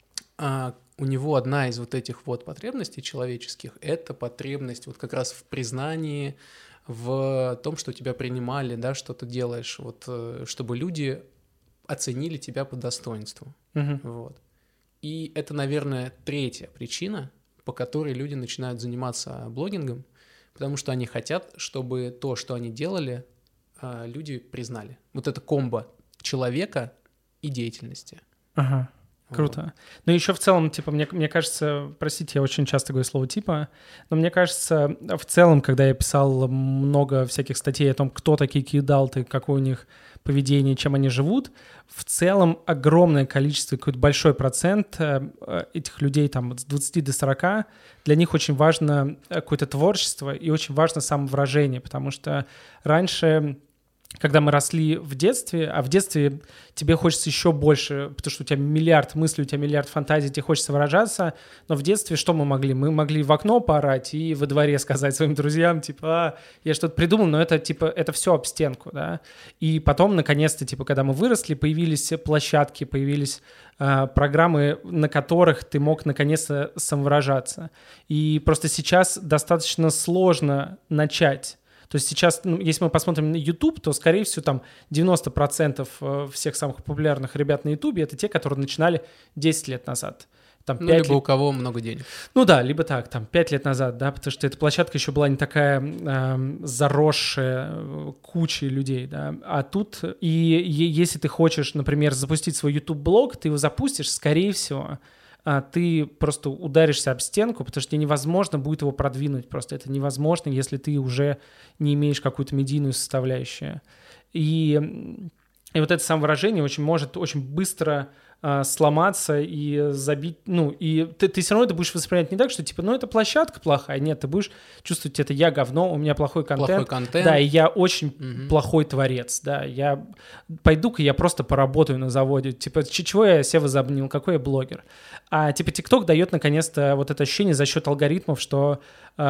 у него одна из вот этих вот потребностей человеческих — это потребность вот как раз в признании, в том, что тебя принимали, да, что ты делаешь, вот, чтобы люди оценили тебя по достоинству. Вот. И это, наверное, третья причина, по которой люди начинают заниматься блогингом, потому что они хотят, чтобы то, что они делали, люди признали. Вот это комбо человека и деятельности. Ага. Круто. Вот. Ну, еще в целом, типа, мне кажется, простите, я очень часто говорю слово «типа», но мне кажется, в целом, когда я писал много всяких статей о том, кто такие кидалты, какое у них поведение, чем они живут, в целом огромное количество, какой-то большой процент этих людей, там, с 20 до 40, для них очень важно какое-то творчество и очень важно самовыражение, потому что раньше... Когда мы росли в детстве, а в детстве тебе хочется еще больше, потому что у тебя миллиард мыслей, у тебя миллиард фантазий, тебе хочется выражаться, но в детстве что мы могли? Мы могли в окно поорать и во дворе сказать своим друзьям, типа, я что-то придумал, но это, типа, это все об стенку, да. И потом, наконец-то, типа, когда мы выросли, появились площадки, появились программы, на которых ты мог, наконец-то, самовыражаться. И просто сейчас достаточно сложно начать. То есть сейчас, ну, если мы посмотрим на YouTube, то, скорее всего, там 90% всех самых популярных ребят на YouTube — это те, которые начинали 10 лет назад. Там, ну, либо у кого много денег. Ну да, либо так, там 5 лет назад, да, потому что эта площадка еще была не такая заросшая кучей людей, да. А тут, и если ты хочешь, например, запустить свой YouTube-блог, ты его запустишь, скорее всего, ты просто ударишься об стенку, потому что тебе невозможно будет его продвинуть. Просто это невозможно, если ты уже не имеешь какую-то медийную составляющую. И вот это самовыражение может очень быстро сломаться и забить, ну, и ты все равно это будешь воспринимать не так, что, типа, ну, это площадка плохая, нет, ты будешь чувствовать, это я говно, у меня плохой контент, да, и я очень плохой творец, да, пойду-ка я просто поработаю на заводе, типа, чего я себя возомнил, какой я блогер, а, типа, TikTok дает, наконец-то, вот это ощущение за счет алгоритмов, что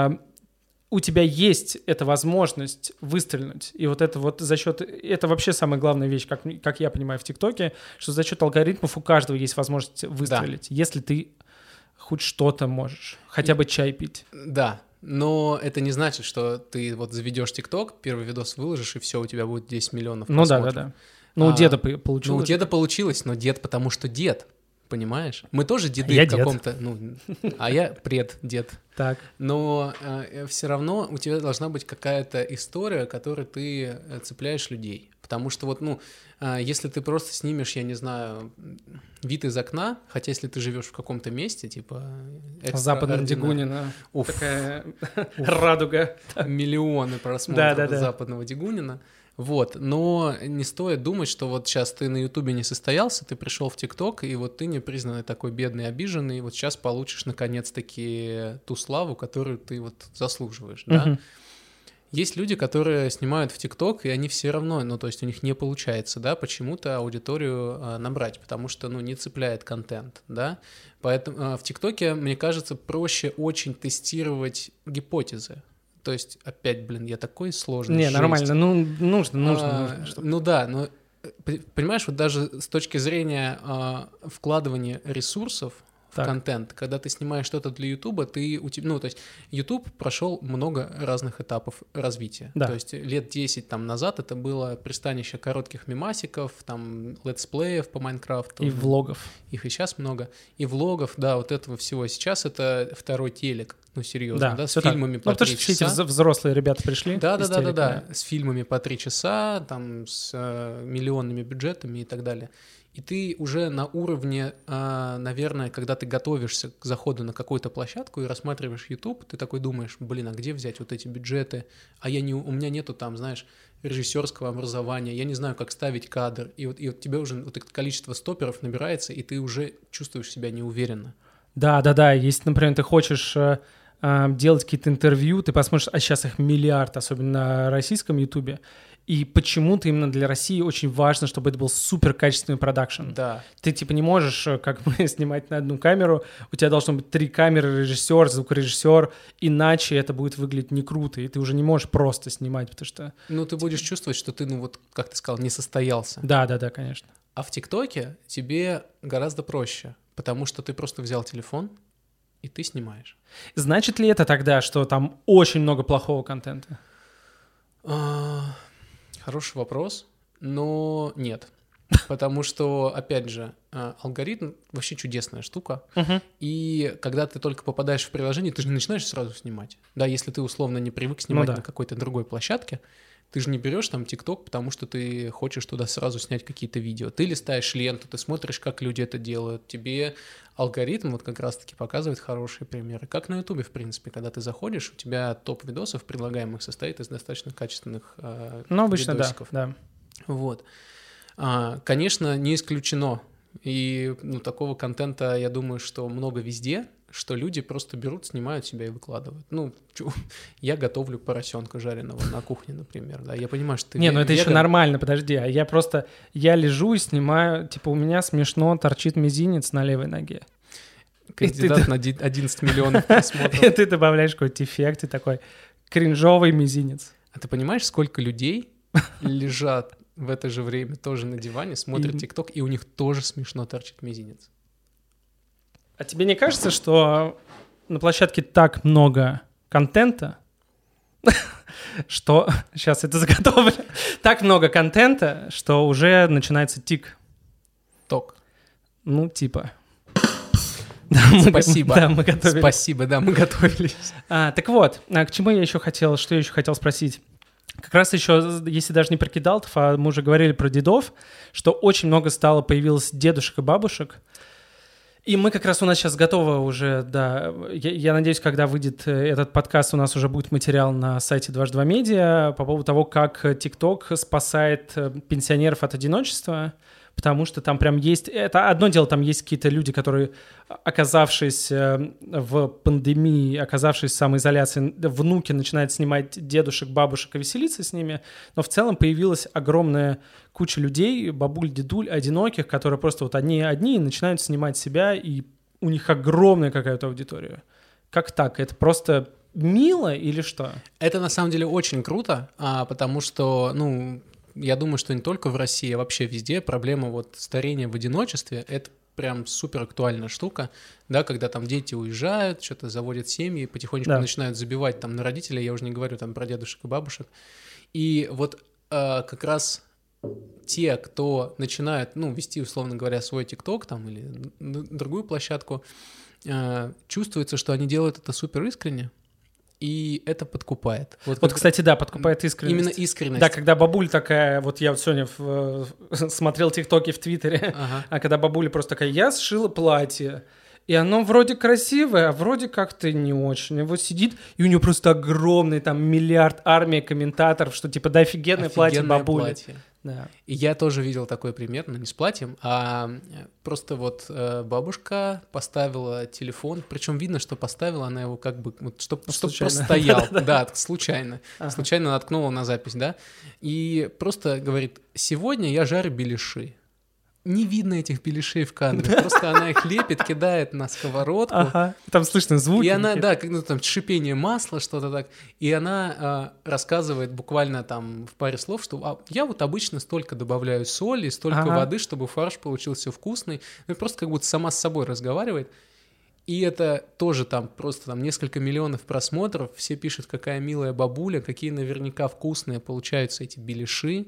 у тебя есть эта возможность выстрелить. И вот это вот за счет... Это вообще самая главная вещь, как я понимаю, в ТикТоке, что за счет алгоритмов у каждого есть возможность выстрелить, да, если ты хоть что-то можешь, хотя бы чай пить. Да, но это не значит, что ты вот заведешь ТикТок, первый видос выложишь, и все, у тебя будет 10 миллионов просмотров. Ну да. Ну, у деда получилось. Ну, у деда получилось, но дед потому что дед. Понимаешь? Мы тоже деды в каком-то... Ну, а я пред-дед. Так. Но все равно у тебя должна быть какая-то история, которой ты цепляешь людей. Потому что вот, ну, если ты просто снимешь, я не знаю, вид из окна, хотя если ты живешь в каком-то месте, типа... В Западном Дегунино. Такая радуга. Миллионы просмотров Западного Дегунина. Вот, но не стоит думать, что вот сейчас ты на Ютубе не состоялся, ты пришел в ТикТок, и вот ты непризнанный такой бедный, обиженный, и вот сейчас получишь наконец-таки ту славу, которую ты вот заслуживаешь, да? Есть люди, которые снимают в ТикТок, и они все равно, ну, то есть у них не получается, да, почему-то аудиторию набрать, потому что, ну, не цепляет контент, да? Поэтому в ТикТоке, мне кажется, проще очень тестировать гипотезы. То есть, опять, блин, я такой сложный. Не, нормально, ну, нужно. Ну да, но, понимаешь, вот даже с точки зрения вкладывания ресурсов в контент, когда ты снимаешь что-то для Ютуба, ну, то есть, Ютуб прошел много разных этапов развития. Да. То есть, лет 10 там назад это было пристанище коротких мемасиков, там, летсплеев по Майнкрафту. И влогов. Их и сейчас много. И влогов, да, вот этого всего. Сейчас это второй телек. Ну, серьезно, да, с фильмами по 3 часа. Ну, потому что все эти взрослые ребята пришли. Да, с фильмами по 3 часа, там, с миллионными бюджетами и так далее. И ты уже на уровне, наверное, когда ты готовишься к заходу на какую-то площадку и рассматриваешь YouTube, ты такой думаешь, блин, а где взять вот эти бюджеты? У меня нету там, знаешь, режиссерского образования, я не знаю, как ставить кадр. И вот тебе уже вот это количество стоперов набирается, и ты уже чувствуешь себя неуверенно. Да. Если, например, ты хочешь делать какие-то интервью, ты посмотришь, а сейчас их миллиард, особенно на российском Ютубе, и почему-то именно для России очень важно, чтобы это был супер качественный продакшн. Да. Ты типа не можешь, как мы, снимать на одну камеру, у тебя должно быть 3 камеры, режиссер, звукорежиссер, иначе это будет выглядеть не круто, и ты уже не можешь просто снимать, потому что... Ну, ты будешь чувствовать, что ты, вот, как ты сказал, не состоялся. Да, конечно. А в ТикТоке тебе гораздо проще, потому что ты просто взял телефон, и ты снимаешь. Значит ли это тогда, что там очень много плохого контента? Хороший вопрос, но нет. Потому что, опять же, алгоритм вообще чудесная штука. И когда ты только попадаешь в приложение, ты же не начинаешь сразу снимать. Да, если ты условно не привык снимать на какой-то другой площадке, ты же не берешь там ТикТок, потому что ты хочешь туда сразу снять какие-то видео. Ты листаешь ленту, ты смотришь, как люди это делают. Тебе алгоритм вот как раз-таки показывает хорошие примеры. Как на Ютубе, в принципе, когда ты заходишь, у тебя топ видосов предлагаемых состоит из достаточно качественных обычно видосиков. Да. Вот. Конечно, не исключено. И такого контента, я думаю, что много везде, что люди просто берут, снимают себя и выкладывают. Я готовлю поросенка жареного на кухне, например, да, я понимаю, что ты Не, это еще нормально, подожди, а я лежу и снимаю, типа у меня смешно торчит мизинец на левой ноге. Кандидат на 11 миллионов просмотров. И ты добавляешь какой-то эффект и такой кринжовый мизинец. А ты понимаешь, сколько людей лежат в это же время тоже на диване, смотрят ТикТок, и у них тоже смешно торчит мизинец? А тебе не кажется, что на площадке так много контента, что... Сейчас это заготовлю. Так много контента, что уже начинается тик. Ток. Типа. Спасибо. Да, мы готовились. Спасибо, да, мы готовились. Так вот, к чему я еще хотел, что я еще хотел спросить? Как раз еще, если даже не про кидалтов, а мы уже говорили про дедов, что очень много появилось дедушек и бабушек. И мы как раз у нас сейчас готовы уже, да, я надеюсь, когда выйдет этот подкаст, у нас уже будет материал на сайте 22 Медиа по поводу того, как TikTok спасает пенсионеров от одиночества, потому что там прям есть... Это одно дело, там есть какие-то люди, которые, оказавшись в пандемии, оказавшись в самоизоляции, внуки начинают снимать дедушек, бабушек и веселиться с ними, но в целом появилась огромная куча людей, бабуль, дедуль, одиноких, которые просто вот одни и начинают снимать себя, и у них огромная какая-то аудитория. Как так? Это просто мило или что? Это на самом деле очень круто, потому что, я думаю, что не только в России, а вообще везде проблема вот старения в одиночестве — это прям супер актуальная штука, да, когда там дети уезжают, что-то заводят семьи, потихонечку начинают забивать там на родителей, я уже не говорю там про дедушек и бабушек. И вот как раз те, кто начинает, вести, условно говоря, свой ТикТок там или другую площадку, чувствуется, что они делают это супер искренне, и это подкупает. Вот, кстати, да, подкупает искренность. Именно искренность. Да, когда бабуля такая, вот я вот сегодня смотрел ТикТоки в Твиттере, а когда бабуля просто такая, я сшила платье, и оно вроде красивое, а вроде как-то не очень. И вот сидит, и у нее просто огромный там миллиард армия комментаторов, что типа да офигенное платье бабули. Платье. Да. И я тоже видел такой пример, но не с платьем, а просто вот бабушка поставила телефон, причем видно, что поставила она его как бы, чтобы просто стоял, да, случайно, случайно наткнула на запись, да, и просто говорит, сегодня я жарю беляши. Не видно этих беляшей в кадре, просто она их лепит, кидает на сковородку. Ага, там слышно звуки. И она, да, там шипение масла, что-то так. И она рассказывает буквально там в паре слов, что я вот обычно столько добавляю соли, столько воды, чтобы фарш получился вкусный. Просто как будто сама с собой разговаривает. И это тоже там просто там несколько миллионов просмотров. Все пишут, какая милая бабуля, какие наверняка вкусные получаются эти беляши.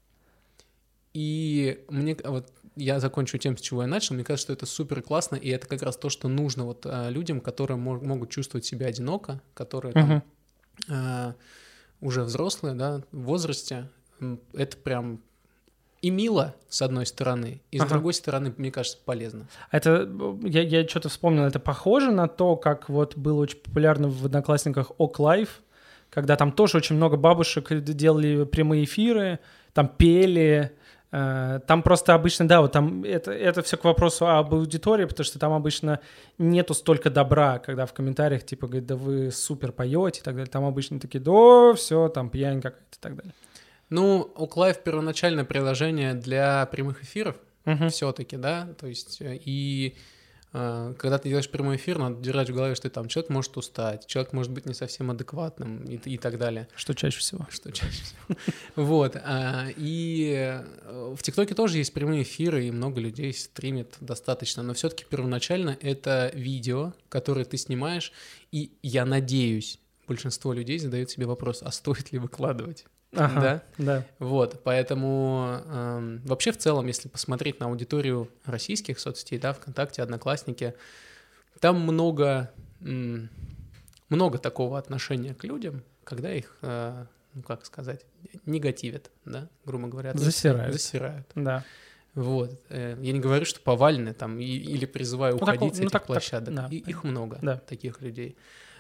И я закончу тем, с чего я начал. Мне кажется, что это супер классно, и это как раз то, что нужно вот людям, которые могут чувствовать себя одиноко, которые там, уже взрослые, да, в возрасте. Это прям и мило, с одной стороны, и с другой стороны, мне кажется, полезно. Это, я что-то вспомнил, это похоже на то, как вот было очень популярно в Одноклассниках ОК-лайф, когда там тоже очень много бабушек делали прямые эфиры, там пели. Там просто обычно, да, вот там это все к вопросу об аудитории, потому что там обычно нету столько добра, когда в комментариях типа говорят, да вы супер поете и так далее. Там обычно такие, да, все, там пьянь какая-то и так далее. Ну, OkLive первоначальное приложение для прямых эфиров все-таки, да, то есть и когда ты делаешь прямой эфир, надо держать в голове, что там человек может устать, человек может быть не совсем адекватным и так далее. Что чаще всего. Вот. И в ТикТоке тоже есть прямые эфиры, и много людей стримит достаточно, но все-таки первоначально это видео, которое ты снимаешь, и я надеюсь, большинство людей задают себе вопрос, а стоит ли выкладывать? Ага, да. Вот, поэтому вообще в целом, если посмотреть на аудиторию российских соцсетей, да, ВКонтакте, Одноклассники, там много такого отношения к людям, когда их, ну как сказать, негативят, да, грубо говоря. Засирают. Да. Вот. Я не говорю, что повалены там или призываю уходить с этих площадок. Да. Их много, да. таких людей.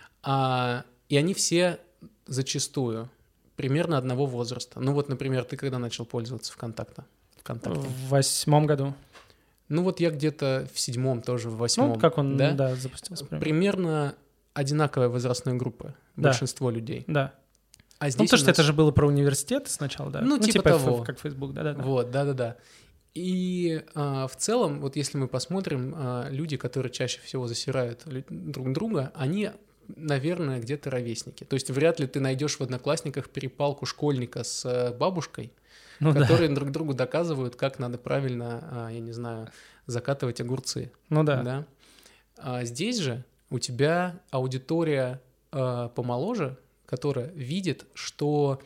И они все зачастую примерно одного возраста. Ну вот, например, ты когда начал пользоваться ВКонтакте? В 8 году. Ну вот я где-то в 7-м тоже, в 8-м. Ну, как он, да запустился. Примерно одинаковая возрастная группа, большинство людей. Да. А здесь потому что это же было про университеты сначала, да? Ну типа того. Как Facebook, да. Вот, да. И в целом, вот если мы посмотрим, люди, которые чаще всего засирают друг друга, они, наверное, где-то ровесники. То есть вряд ли ты найдешь в Одноклассниках перепалку школьника с бабушкой, которые друг другу доказывают, как надо правильно, я не знаю, закатывать огурцы. Ну да. Да? А здесь же у тебя аудитория помоложе, которая видит, что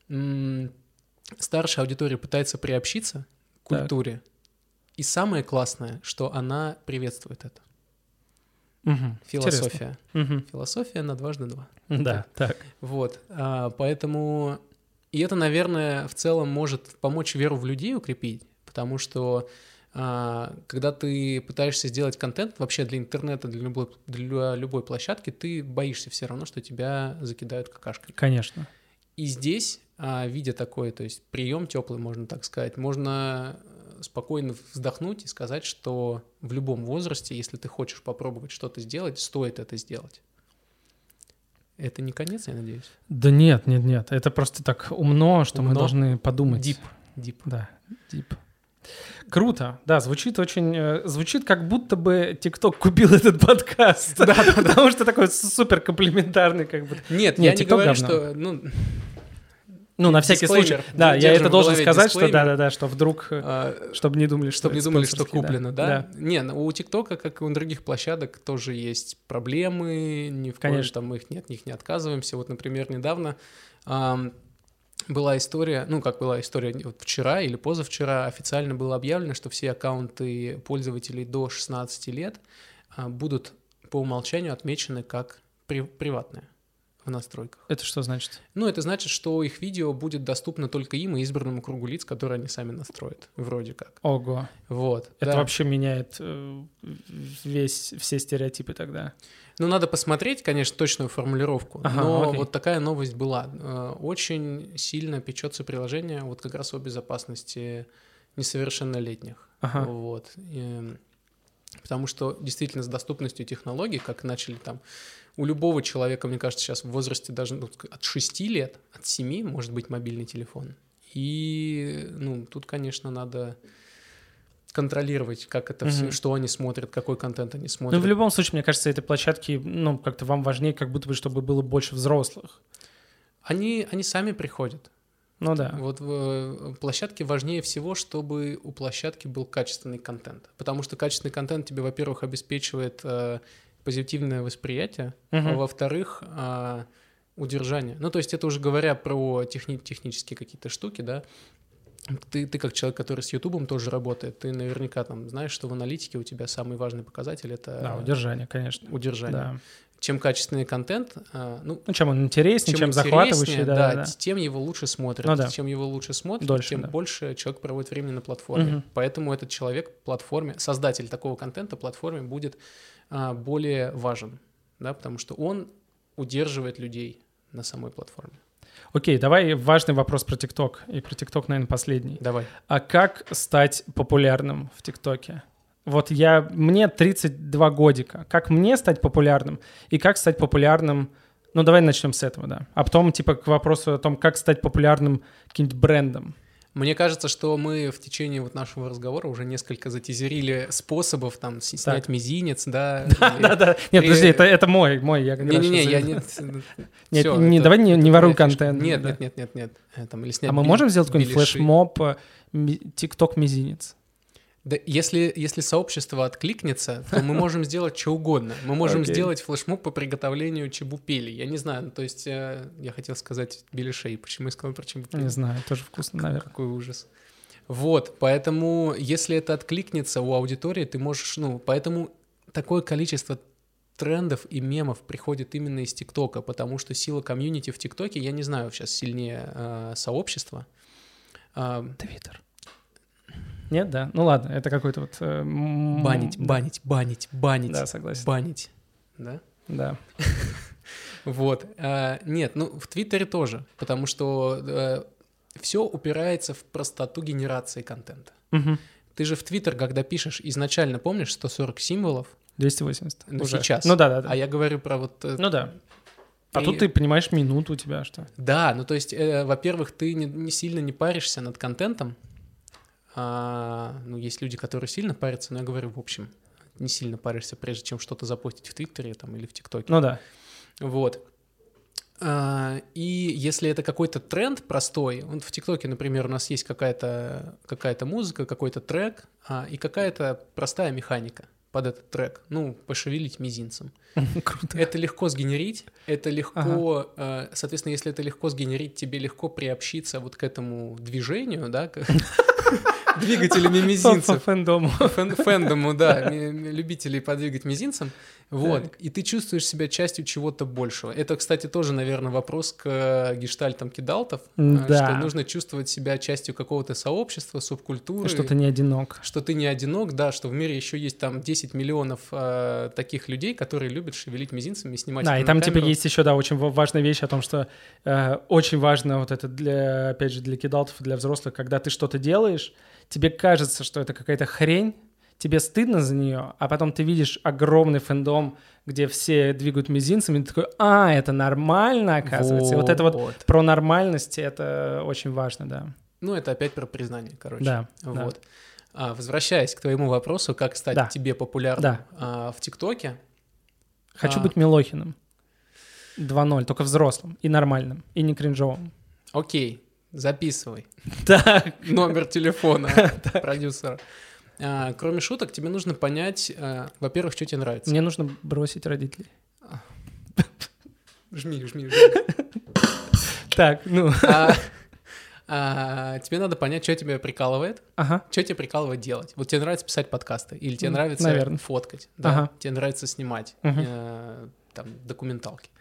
старшая аудитория пытается приобщиться к культуре. И самое классное, что она приветствует это. Философия. Философия на 2x2. Да, так. Вот, поэтому... И это, наверное, в целом может помочь веру в людей укрепить, потому что когда ты пытаешься сделать контент вообще для интернета, для любой площадки, ты боишься все равно, что тебя закидают какашкой. Конечно. И здесь, видя такой, то есть прием теплый, можно так сказать, можно спокойно вздохнуть и сказать, что в любом возрасте, если ты хочешь попробовать что-то сделать, стоит это сделать. Это не конец, я надеюсь? Да нет. Это просто так умно, что мы должны подумать. Дип. Да, дип. Круто. Да, звучит как будто бы TikTok купил этот подкаст. Да, потому что такой супер комплементарный как бы. Нет, я не говорю, что... Ну, на всякий случай. Да, я это должен сказать, что да, что вдруг, чтобы не думали, что куплено, да? Не, у ТикТока, как и у других площадок, тоже есть проблемы, ни в коем там мы от них не отказываемся. Вот, например, недавно была история, вот вчера или позавчера официально было объявлено, что все аккаунты пользователей до 16 лет будут по умолчанию отмечены как приватные. В настройках. Это что значит? Ну, это значит, что их видео будет доступно только им и избранному кругу лиц, которые они сами настроят, вроде как. Ого. Вот. Это вообще меняет все стереотипы тогда. Ну, надо посмотреть, конечно, точную формулировку, но вот такая новость была. Очень сильно печется приложение вот как раз о безопасности несовершеннолетних. Вот. Потому что действительно с доступностью технологий, как начали там, у любого человека, мне кажется, сейчас в возрасте даже от 6 лет, от 7 может быть мобильный телефон. И, тут, конечно, надо контролировать, как это все, что они смотрят, какой контент они смотрят. Ну, в любом случае, мне кажется, этой площадки, как-то вам важнее, как будто бы, чтобы было больше взрослых. Они сами приходят. Ну да. Вот в площадке важнее всего, чтобы у площадки был качественный контент. Потому что качественный контент тебе, во-первых, обеспечивает позитивное восприятие, а во-вторых, удержание. Ну, то есть это уже говоря про технические какие-то штуки, да, Ты как человек, который с Ютубом тоже работает, ты наверняка там знаешь, что в аналитике у тебя самый важный показатель — это... удержание, конечно. Удержание. Да. Чем качественный контент, чем он интереснее, чем захватывающий, да. Тем его лучше смотрят. Чем его лучше смотрят, дольше, тем больше человек проводит времени на платформе. Поэтому этот человек платформе, создатель такого контента платформе будет более важен, да, потому что он удерживает людей на самой платформе. Окей, давай важный вопрос про ТикТок. И про ТикТок, наверное, последний. Давай. А как стать популярным в ТикТоке? Вот мне 32 годика. Как мне стать популярным? И как стать популярным... Ну, давай начнем с этого, да. А потом, к вопросу о том, как стать популярным каким-нибудь брендом. Мне кажется, что мы в течение вот нашего разговора уже несколько затизерили способов там снять мизинец, да. Да. Нет, подожди, это мой. Я как раз... Не, давай не воруй контент. Нет. Или снять. А мы можем сделать какой-нибудь флешмоб ТикТок-мизинец? Да, если сообщество откликнется, то мы можем сделать что угодно. Мы можем сделать флешмоб по приготовлению чебупели. Я не знаю, то есть я хотел сказать беляшей. Почему я сказал про чебупели? Не знаю, тоже вкусно, наверное. Какой ужас. Вот, поэтому если это откликнется у аудитории, ты можешь, поэтому такое количество трендов и мемов приходит именно из ТикТока, потому что сила комьюнити в ТикТоке, я не знаю, сейчас сильнее сообщества. Твиттер. Нет, да? Ну ладно, это какой-то вот... Банить. Да, согласен. Банить, да? Да. Вот. Нет, в Твиттере тоже, потому что все упирается в простоту генерации контента. Ты же в Твиттер, когда пишешь, изначально помнишь 140 символов? 280. Уже. Сейчас. Ну да. А я говорю про вот... Ну да. А тут ты понимаешь минуту у тебя, что? Да, то есть, во-первых, ты не сильно не паришься над контентом. Есть люди, которые сильно парятся, но я говорю, в общем, не сильно паришься, прежде чем что-то запостить в Твиттере там, или в ТикТоке. Ну да. Вот. И если это какой-то тренд простой, вот в ТикТоке, например, у нас есть какая-то музыка, какой-то трек и какая-то простая механика под этот трек, пошевелить мизинцем. Круто. Это легко сгенерить, это легко, соответственно, если это легко сгенерить, тебе легко приобщиться вот к этому движению, да, двигателями мизинцев. Фэндому, да, любителей подвигать мизинцем. Вот, и ты чувствуешь себя частью чего-то большего. Это, кстати, тоже, наверное, вопрос к гештальтам кидалтов, что нужно чувствовать себя частью какого-то сообщества, субкультуры. Что ты не одинок. Что ты не одинок, да, что в мире еще есть там 10 миллионов таких людей, которые любят шевелить мизинцами и снимать это на камеру. Да, и там есть еще, очень важная вещь о том, что очень важно вот это, опять же, для кидалтов, для взрослых, когда ты что-то делаешь, тебе кажется, что это какая-то хрень, тебе стыдно за нее, а потом ты видишь огромный фэндом, где все двигают мизинцами, и ты такой, это нормально, оказывается. И вот это вот про нормальность, это очень важно, да. Это опять про признание, короче. Да. Вот. Возвращаясь к твоему вопросу, как стать тебе популярным в ТикТоке. Хочу быть Милохиным. 2.0, только взрослым и нормальным, и не кринжовым. Окей, записывай. Так. Номер телефона продюсера. Кроме шуток, тебе нужно понять, во-первых, что тебе нравится. Мне нужно бросить родителей. Жми. Так, тебе надо понять, что тебя прикалывает, что тебе прикалывает делать. Вот тебе нравится писать подкасты, или тебе нравится фоткать, да? Тебе нравится снимать там документалки.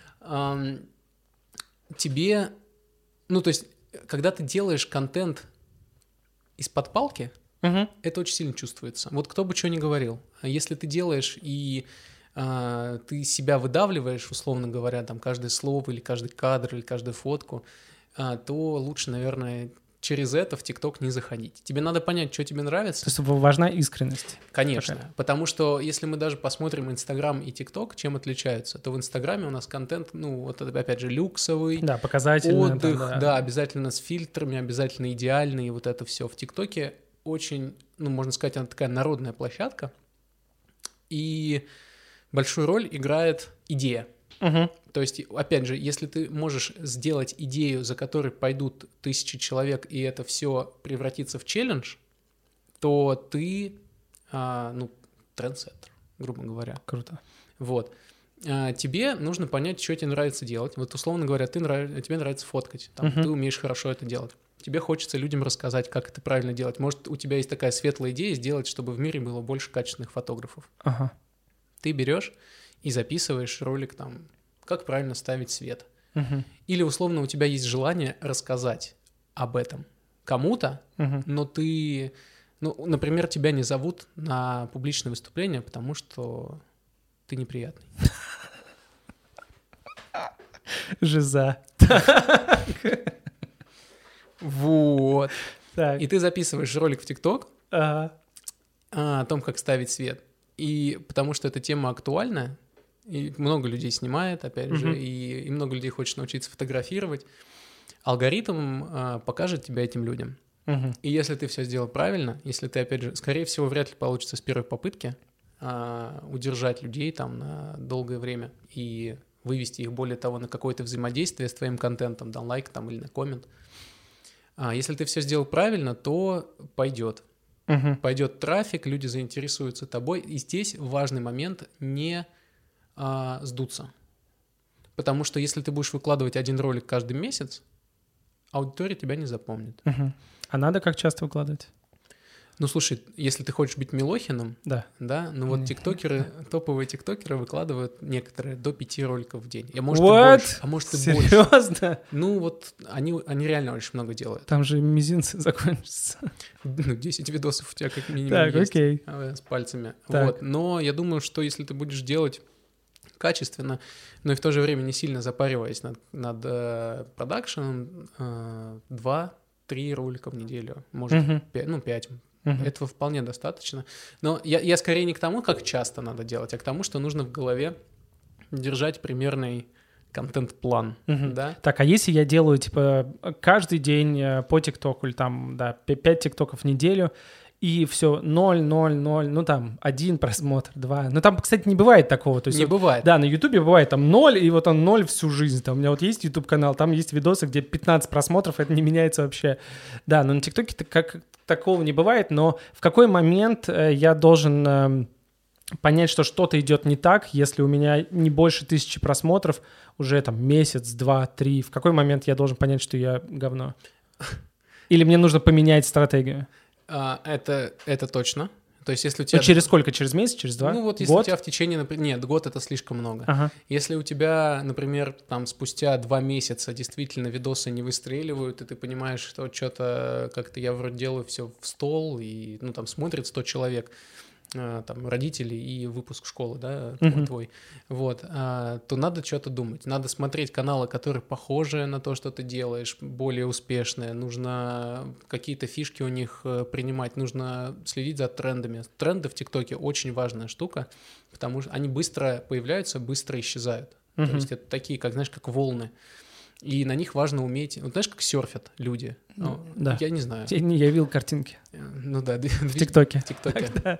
Тебе, то есть, когда ты делаешь контент из-под палки, это очень сильно чувствуется. Вот кто бы что ни говорил. Если ты делаешь и ты себя выдавливаешь, условно говоря, там каждое слово или каждый кадр или каждую фотку, то лучше, наверное, через это в ТикТок не заходить. Тебе надо понять, что тебе нравится. То есть важна искренность. Конечно. Потому что если мы даже посмотрим Инстаграм и ТикТок, чем отличаются, то в Инстаграме у нас контент, вот опять же, люксовый. Да, показательный. Отдых, да, обязательно с фильтрами, обязательно идеальный, вот это все. В ТикТоке очень, можно сказать, она такая народная площадка, и большую роль играет идея. То есть, опять же, если ты можешь сделать идею, за которой пойдут 1000 человек, и это все превратится в челлендж, то ты, трендсеттер, грубо говоря. Круто. Вот. Тебе нужно понять, что тебе нравится делать. Вот, условно говоря, тебе нравится фоткать, ты умеешь хорошо это делать. тебе хочется людям рассказать, как это правильно делать. Может, у тебя есть такая светлая идея сделать, чтобы в мире было больше качественных фотографов. Ага. Ты берешь и записываешь ролик там, как правильно ставить свет. Мгм. Или, условно, у тебя есть желание рассказать об этом кому-то, Мгм. но ты, ну, например, тебя не зовут на публичное выступление, потому что ты неприятный. Жиза. Вот. Так. И ты записываешь ролик в ТикТок Ага. о том, как ставить свет. И потому что эта тема актуальна, и много людей снимает, опять же, Мгм. и много людей хочет научиться фотографировать, алгоритм покажет тебя этим людям. Мгм. И если ты все сделал правильно, если ты, опять же, скорее всего, вряд ли получится с первой попытки удержать людей там на долгое время и вывести их, более того, на какое-то взаимодействие с твоим контентом, на лайк там или на коммент. Если ты все сделал правильно, то пойдет. Мгм. Пойдет трафик, люди заинтересуются тобой. И здесь важный момент не сдуться. Потому что если ты будешь выкладывать один ролик каждый месяц, аудитория тебя не запомнит. Мгм. А надо как часто выкладывать? Ну, слушай, если ты хочешь быть Милохиным, Да. да, ну вот Не. тиктокеры, топовые тиктокеры выкладывают некоторые до 5 роликов в день. А может What? и больше. А может и больше. Серьезно? Ну вот они реально очень много делают. Там же мизинцы закончатся. Ну, 10 видосов у тебя как минимум Так, есть. окей. С пальцами. Так. Вот. Но я думаю, что если ты будешь делать качественно, но и в то же время не сильно запариваясь над продакшеном, 2-3 ролика в неделю, может, Мгм. 5. Мгм. Этого вполне достаточно. Но я скорее не к тому, как часто надо делать, а к тому, что нужно в голове держать примерный контент-план. Мгм. Да? Так, а если я делаю, типа, каждый день по ТикТоку или там, да, 5 ТикТоков в неделю, и все 0, 0, 0, ну там 1 просмотр, 2. Ну там, кстати, не бывает такого. То есть, Не вот, бывает. да, на Ютубе бывает там 0, и вот он 0 всю жизнь. Там, у меня вот есть YouTube-канал, там есть видосы, где 15 просмотров, это не меняется вообще. Да, но на ТикТоке как такого не бывает, но в какой момент я должен понять, что что-то идет не так, если у меня не больше 1000 просмотров уже там месяц, 2, 3, в какой момент я должен понять, что я говно? Или мне нужно поменять стратегию? Это точно. То есть, если у тебя... Ну, через сколько? Через месяц? Через 2? Ну, вот если Год? у тебя в течение... Нет, год — это слишком много. Ага. Если у тебя, например, там спустя 2 месяца действительно видосы не выстреливают, и ты понимаешь, что что-то как-то я вроде делаю все в стол, и, ну, там смотрит 100 человек, там, родители и выпуск школы, да, твой, вот, то надо что-то думать. Надо смотреть каналы, которые похожи на то, что ты делаешь, более успешные. Нужно какие-то фишки у них принимать, нужно следить за трендами. Тренды в ТикТоке очень важная штука, потому что они быстро появляются, быстро исчезают. То есть это такие, как, знаешь, как волны. И на них важно уметь... Вот знаешь, как серфят люди? Да. Я не знаю. Я не явил картинки Ну да. в ТикТоке. В ТикТоке.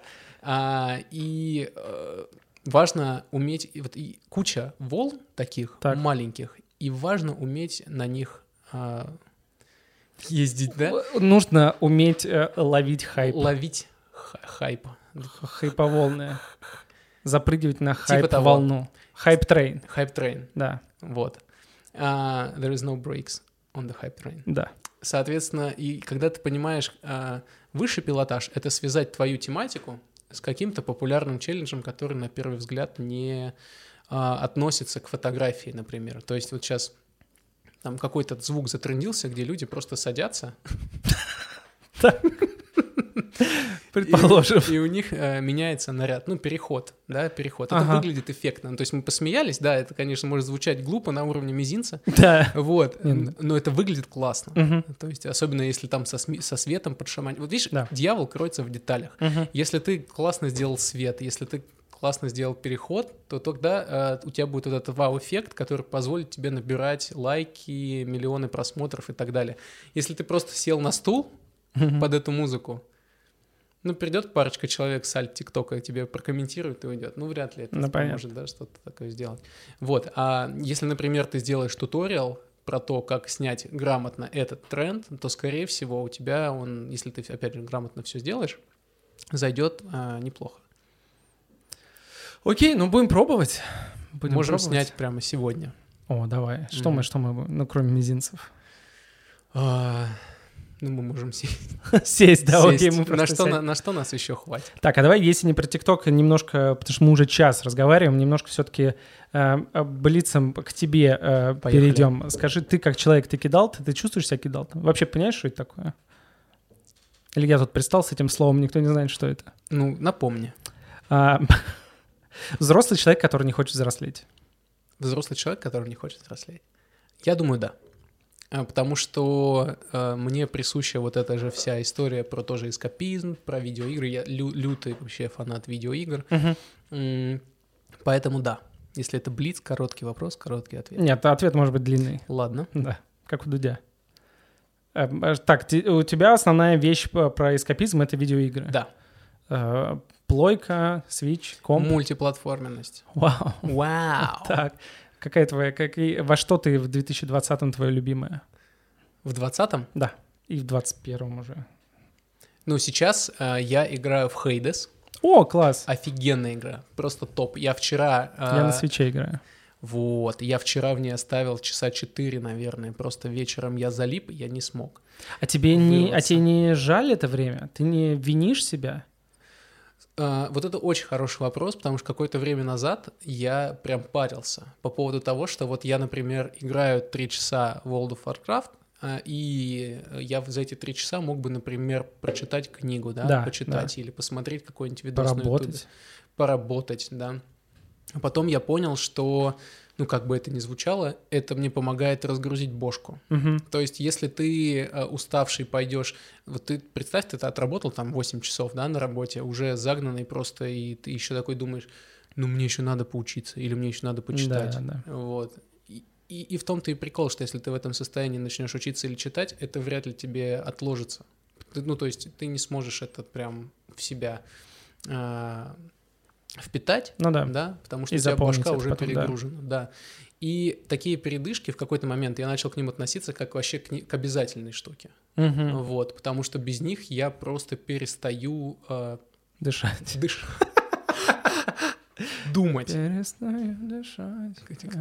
Важно уметь... Вот и куча волн таких Так. маленьких, и важно уметь на них ездить, да? Нужно уметь ловить хайп. Ловить хайп. Хайповолны. Запрыгивать на Типа хайп-волну. Хайп-трейн. Хайп-трейн. Да. Вот. There is no brakes on the hype train. Да. Соответственно, и когда ты понимаешь, высший пилотаж — это связать твою тематику с каким-то популярным челленджем, который, на первый взгляд, не относится к фотографии, например. То есть вот сейчас там какой-то звук затрендился, где люди просто садятся. Предположим. И у них меняется наряд, ну, переход, да, переход. Это выглядит эффектно. Ну, то есть мы посмеялись, да, это, конечно, может звучать глупо на уровне мизинца, Да. вот, но это выглядит классно. То есть особенно если там со светом подшаманить. Вот видишь, дьявол кроется в деталях. Если ты классно сделал свет, если ты классно сделал переход, то тогда у тебя будет вот этот вау-эффект, который позволит тебе набирать лайки, миллионы просмотров и так далее. Если ты просто сел на стул под эту музыку, ну, придет парочка человек с альт-тиктока, тебе прокомментирует и уйдет. Ну, вряд ли это может, да, что-то такое сделать. Вот, а если, например, ты сделаешь туториал про то, как снять грамотно этот тренд, то, скорее всего, у тебя он, если ты, опять же, грамотно все сделаешь, зайдет неплохо. Окей, ну будем пробовать. Можем снять прямо сегодня. О, давай. Что мы будем? Ну, кроме мизинцев. Ну, мы можем сесть. Сесть, да, окей, мы На просто сядем. что нас еще хватит? Так, а давай, если не про ТикТок, немножко, потому что мы уже час разговариваем, немножко все-таки блицом к тебе перейдем. Скажи, ты как человек, ты кидал, ты чувствуешь себя кидалтом? Вообще понимаешь, что это такое? Или я тут пристал с этим словом, никто не знает, что это? Ну, напомни. Взрослый человек, который не хочет взрослеть. Взрослый человек, который не хочет взрослеть? Я думаю, да. Потому что мне присуща вот эта же вся история про тоже эскапизм, про видеоигры. Я лютый вообще фанат видеоигр. Поэтому да. Если это блиц, короткий вопрос, короткий ответ. Нет, ответ может быть длинный. Ладно. Да, как у Дудя. Так, у тебя основная вещь про эскапизм — это видеоигры. Да. Плойка, Switch, комп. Мультиплатформенность. Вау. Так, какая твоя, во что ты в 2020-м твоя любимая? В 20-м? Да, и в 21-м уже. Ну, сейчас я играю в Hades. О, класс. Офигенная игра, просто топ. Я вчера... Я на Switch'е играю. Вот, я вчера в ней оставил часа 4, наверное. Просто вечером я залип, я не смог. Тебе не жаль это время? Ты не винишь себя? Вот это очень хороший вопрос, потому что какое-то время назад я прям парился по поводу того, что вот я, например, играю 3 часа в World of Warcraft, и я за эти 3 часа мог бы, например, прочитать книгу, да, почитать, или посмотреть какой-нибудь видос на YouTube. Поработать, да. А потом я понял, что, ну, как бы это ни звучало, это мне помогает разгрузить бошку. То есть, если ты уставший пойдешь, вот ты, представь, ты отработал там 8 часов, да, на работе, уже загнанный просто, и ты еще такой думаешь, ну, мне еще надо поучиться, или мне еще надо почитать. Да. Вот. И в том-то и прикол, что если ты в этом состоянии начнешь учиться или читать, это вряд ли тебе отложится. Ну, то есть, ты не сможешь это прям в себя... впитать, ну, да, потому что у тебя башка уже перегружена, да. И такие передышки в какой-то момент я начал к ним относиться как вообще к обязательной штуке, вот, потому что без них я просто перестаю дышать, думать, перестаю дышать.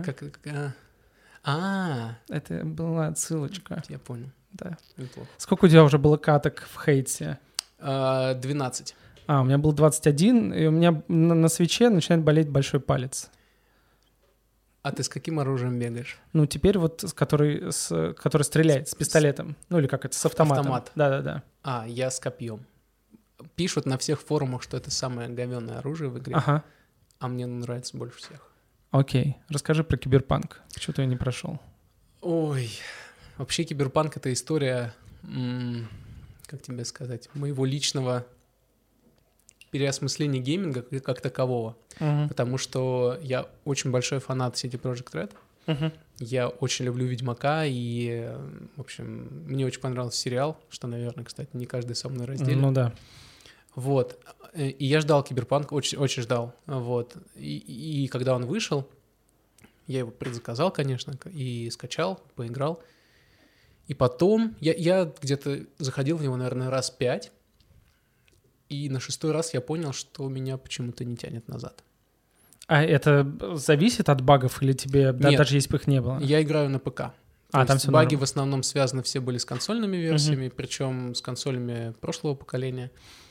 Это была отсылочка. Я понял. Да. Неплохо. Сколько у тебя уже было каток в Хейтсе? 12. У меня был 21, и у меня на свитче начинает болеть большой палец. А ты с каким оружием бегаешь? Ну, теперь вот который стреляет с пистолетом. Ну, или как это, с автоматом. Автомат. Да. Я с копьем. Пишут на всех форумах, что это самое говёное оружие в игре. Ага. А мне нравится больше всех. Окей. Расскажи про Киберпанк. Почему ты ее не прошел? Ой, вообще Киберпанк — это история, как тебе сказать, моего личного переосмысления гейминга как такового. Потому что я очень большой фанат CD Projekt Red. Я очень люблю Ведьмака, и, в общем, мне очень понравился сериал, что, наверное, кстати, не каждый со мной разделит. Ну да. Вот. И я ждал Киберпанк, очень ждал. Вот. И когда он вышел, я его предзаказал, конечно, и скачал, поиграл. И потом я где-то заходил в него, наверное, раз 5, и на 6-й раз я понял, что меня почему-то не тянет назад. А это зависит от багов или тебе, Нет, даже если бы их не было? Я играю на ПК. Там все баги в основном связаны все были с консольными версиями, причем с консолями прошлого поколения.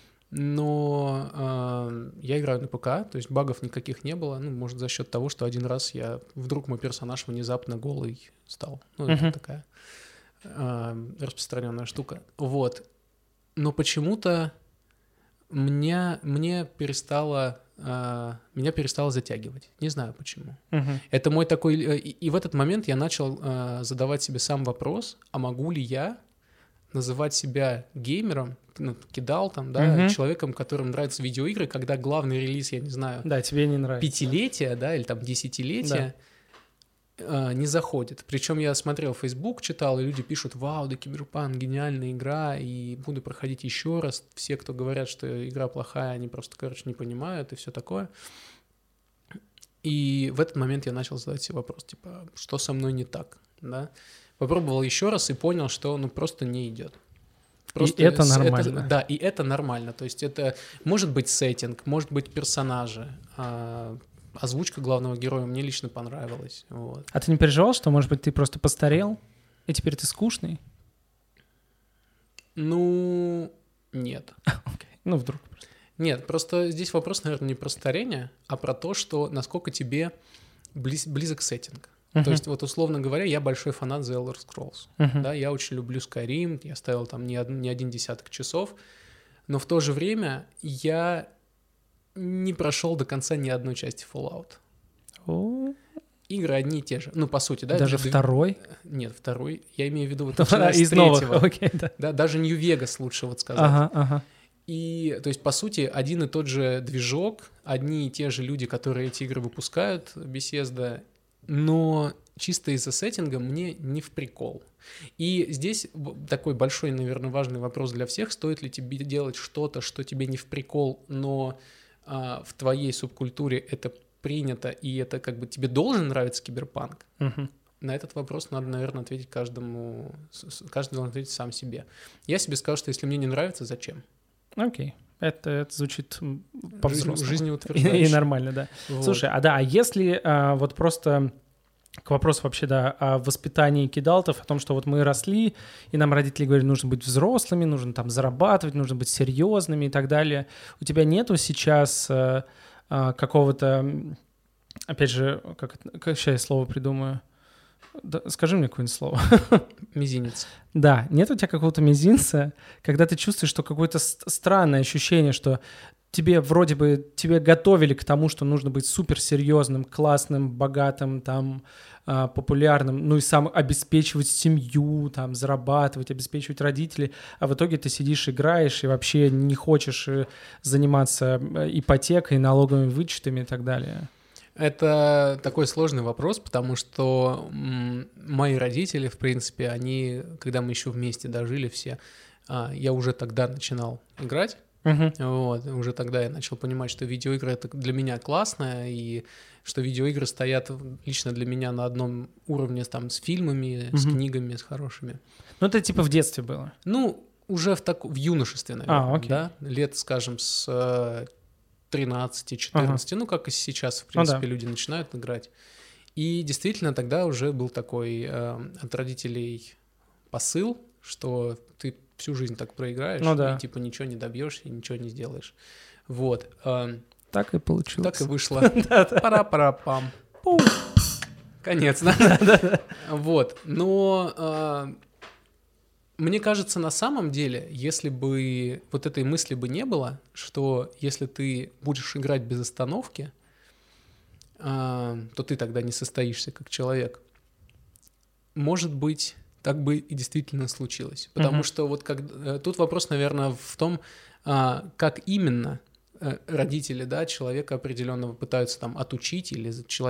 Но я играю на ПК, то есть багов никаких не было. Ну, может, за счет того, что один раз вдруг мой персонаж внезапно голый стал. Ну, это такая распространенная штука. Вот. Но почему-то меня перестало затягивать. Не знаю почему. Это мой такой... И в этот момент я начал задавать себе сам вопрос, а могу ли я называть себя геймером, кидалтом, да, человеком, которому нравятся видеоигры, когда главный релиз, я не знаю... Да, тебе не нравится. 5-летия, да, или там 10-летия... не заходит. Причем я смотрел Facebook, читал, и люди пишут: вау, да Киберпанк, гениальная игра, и буду проходить еще раз. Все, кто говорят, что игра плохая, они просто, не понимают, и все такое. И в этот момент я начал задать себе вопрос, типа, что со мной не так, да? Попробовал еще раз и понял, что, просто не идет. Просто и это нормально. Да, и это нормально. То есть это может быть сеттинг, может быть персонажи, озвучка главного героя мне лично понравилась. Вот. А ты не переживал, что, может быть, ты просто постарел, и теперь ты скучный? Ну, нет. Окей. Ну, вдруг. Нет, просто здесь вопрос, наверное, не про старение, а про то, что насколько тебе близок сеттинг. То есть, вот условно говоря, я большой фанат The Elder Scrolls. Да, я очень люблю Skyrim, я ставил там не один десяток часов, но в то же время я не прошел до конца ни одной части Fallout. Игры одни и те же. Ну, по сути, да. Даже второй? Нет, второй. Я имею в виду вот начиная с из новых, третьего. окей, да. Да, даже Нью-Вегас лучше вот сказать. Ага. И, то есть, по сути, один и тот же движок, одни и те же люди, которые эти игры выпускают, Bethesda, но чисто из-за сеттинга мне не в прикол. И здесь такой большой, наверное, важный вопрос для всех. Стоит ли тебе делать что-то, что тебе не в прикол, но в твоей субкультуре это принято, и это как бы тебе должен нравиться киберпанк? На этот вопрос надо, наверное, ответить каждый должен ответить сам себе. Я себе скажу, что если мне не нравится, зачем? Окей. Это звучит по-взрослому. Жизнеутверждающе. И нормально, да. Вот. Слушай, а если вот просто к вопросу вообще, да, о воспитании кидалтов, о том, что вот мы росли, и нам родители говорили, нужно быть взрослыми, нужно там зарабатывать, нужно быть серьезными и так далее. У тебя нету сейчас какого-то, опять же, как сейчас я слово придумаю? Да, скажи мне какое-нибудь слово. Мизинец. Да, нет у тебя какого-то мизинца, когда ты чувствуешь, что какое-то странное ощущение, что тебе вроде бы тебя готовили к тому, что нужно быть суперсерьезным, классным, богатым, там, популярным, ну и сам обеспечивать семью, там, зарабатывать, обеспечивать родителей, а в итоге ты сидишь, играешь и вообще не хочешь заниматься ипотекой, налоговыми вычетами и так далее. Это такой сложный вопрос, потому что мои родители, в принципе, они, когда мы еще вместе дожили все, я уже тогда начинал играть, вот, уже тогда я начал понимать, что видеоигры — это для меня классно, и что видеоигры стоят лично для меня на одном уровне там, с фильмами, с книгами, с хорошими. Ну, это типа в детстве было? Ну, уже в юношестве, наверное, да, лет, скажем, с 13-14, ну, как и сейчас, в принципе, люди начинают играть. И действительно, тогда уже был такой от родителей посыл, что ты всю жизнь так проиграешь, и типа ничего не добьешься и ничего не сделаешь. Вот. Так и получилось. Так и вышло. Пара-пара-пам. Конец, да? Вот. Но мне кажется, на самом деле, если бы вот этой мысли бы не было, что если ты будешь играть без остановки, то ты тогда не состоишься как человек. Может быть, так бы и действительно случилось. Потому что вот тут вопрос, наверное, в том, как именно родители, да, человека определенного пытаются там отучить или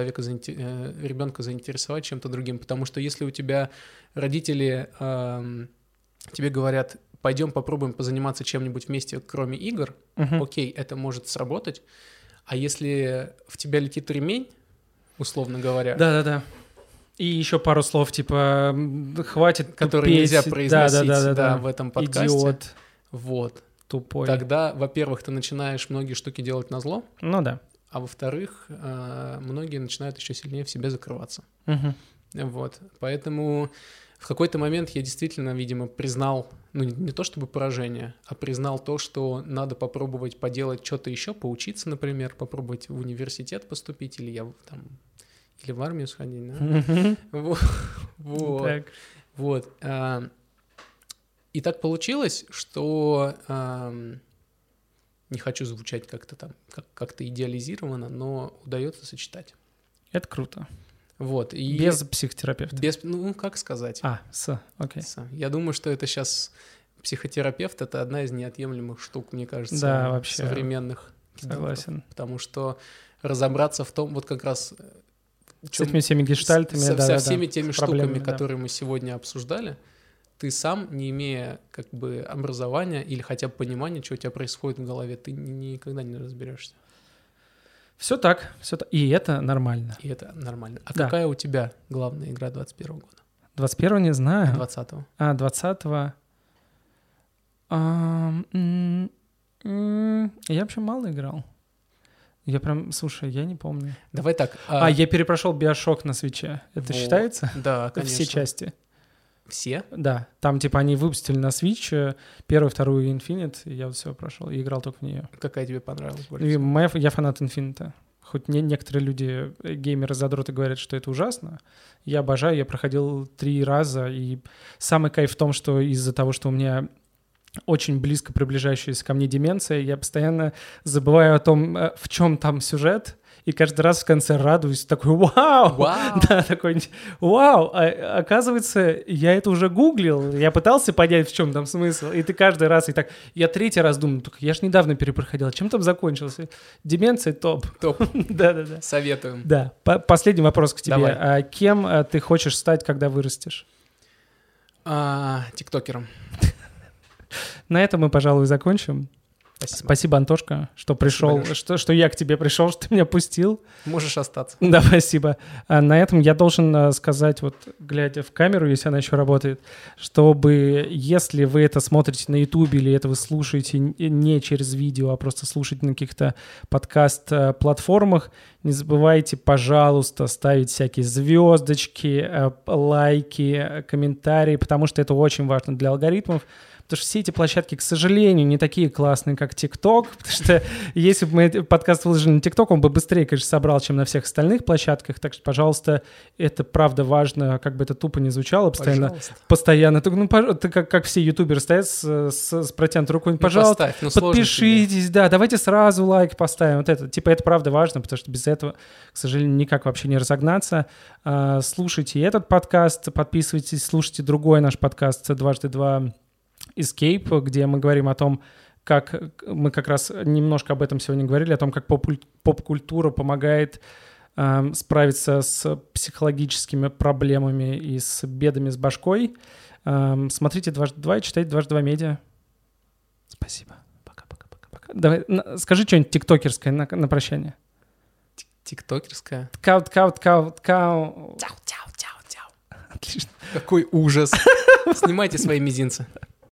ребенка заинтересовать чем-то другим. Потому что если у тебя родители тебе говорят, пойдем попробуем позаниматься чем-нибудь вместе, кроме игр, окей, это может сработать. А если в тебя летит ремень, условно говоря... Да-да-да. И еще пару слов, типа, хватит которые тупеть. Нельзя произносить в этом подкасте. Идиот. Вот. Тупой. Тогда, во-первых, ты начинаешь многие штуки делать назло. Ну да. А во-вторых, многие начинают еще сильнее в себе закрываться. Вот. Поэтому в какой-то момент я действительно, видимо, признал, ну не то чтобы поражение, а признал то, что надо попробовать поделать что-то еще, поучиться, например, попробовать в университет поступить, или или в армию сходить, да? Вот. Вот. И так получилось, что не хочу звучать как-то там, как-то идеализированно, но удается сочетать. Это круто. Вот. И без психотерапевта? Ну, как сказать? Окей. Я думаю, что это сейчас психотерапевт — это одна из неотъемлемых штук, мне кажется, да, вообще современных. Согласен. Потому что разобраться в том, вот как раз... С этими всеми гештальтами, со всеми теми штуками, которые мы сегодня обсуждали, ты сам, не имея как бы образования или хотя бы понимания, что у тебя происходит в голове, ты никогда не разберешься. Все так. И это нормально. А какая у тебя главная игра 21 года? 21-го не знаю. 20-го. 20-го. Я вообще мало играл. Слушай, я не помню. Давай так. Я перепрошел Биошок на Свитче. Это считается? Да, конечно. Все части. Все? Да, там типа они выпустили на Switch первую, вторую Infinite, и я вот все прошел, и играл только в нее. Какая тебе понравилась больше всего? Я фанат Infinite. Хоть некоторые люди, геймеры-задроты, говорят, что это ужасно. Я обожаю, я проходил 3 раза, и самый кайф в том, что из-за того, что у меня очень близко приближающаяся ко мне деменция, я постоянно забываю о том, в чем там сюжет, и каждый раз в конце радуюсь, такой «Вау!» Да, такой «Вау!» Оказывается, я это уже гуглил, я пытался понять, в чем там смысл, и ты каждый раз, и так, я 3-й раз думаю, я ж недавно перепроходил, чем там закончился? Деменция топ. Топ. Да-да-да. Советуем. Да. Последний вопрос к тебе. Давай. Кем ты хочешь стать, когда вырастешь? Тиктокером. На этом мы, пожалуй, закончим. Спасибо, Антошка, что пришел, что я к тебе пришел, что ты меня пустил. Можешь остаться. Да, спасибо. На этом я должен сказать, вот глядя в камеру, если она еще работает, чтобы, если вы это смотрите на YouTube или это вы слушаете не через видео, а просто слушаете на каких-то подкаст-платформах, не забывайте, пожалуйста, ставить всякие звездочки, лайки, комментарии, потому что это очень важно для алгоритмов. Потому что все эти площадки, к сожалению, не такие классные, как TikTok, потому что если бы мы этот подкаст выложили на TikTok, он бы быстрее, конечно, собрал, чем на всех остальных площадках. Так что, пожалуйста, это правда важно, как бы это тупо не звучало, постоянно. Ты как все ютуберы стоят с протянутой рукой, пожалуйста, подпишитесь, да, давайте сразу лайк поставим. Вот это, типа, это правда важно, потому что без этого, к сожалению, никак вообще не разогнаться. Слушайте этот подкаст, подписывайтесь, слушайте другой наш подкаст «Дважды два Escape», где мы говорим о том, как мы как раз немножко об этом сегодня говорили, о том, как поп-культура помогает справиться с психологическими проблемами и с бедами с башкой. Смотрите «Дважды два» и читайте «Дважды два медиа». Спасибо. Пока-пока-пока. Давай, скажи что-нибудь тиктокерское на прощание. Тиктокерская? Кау. Чау. Отлично. Какой ужас. Снимайте свои мизинцы.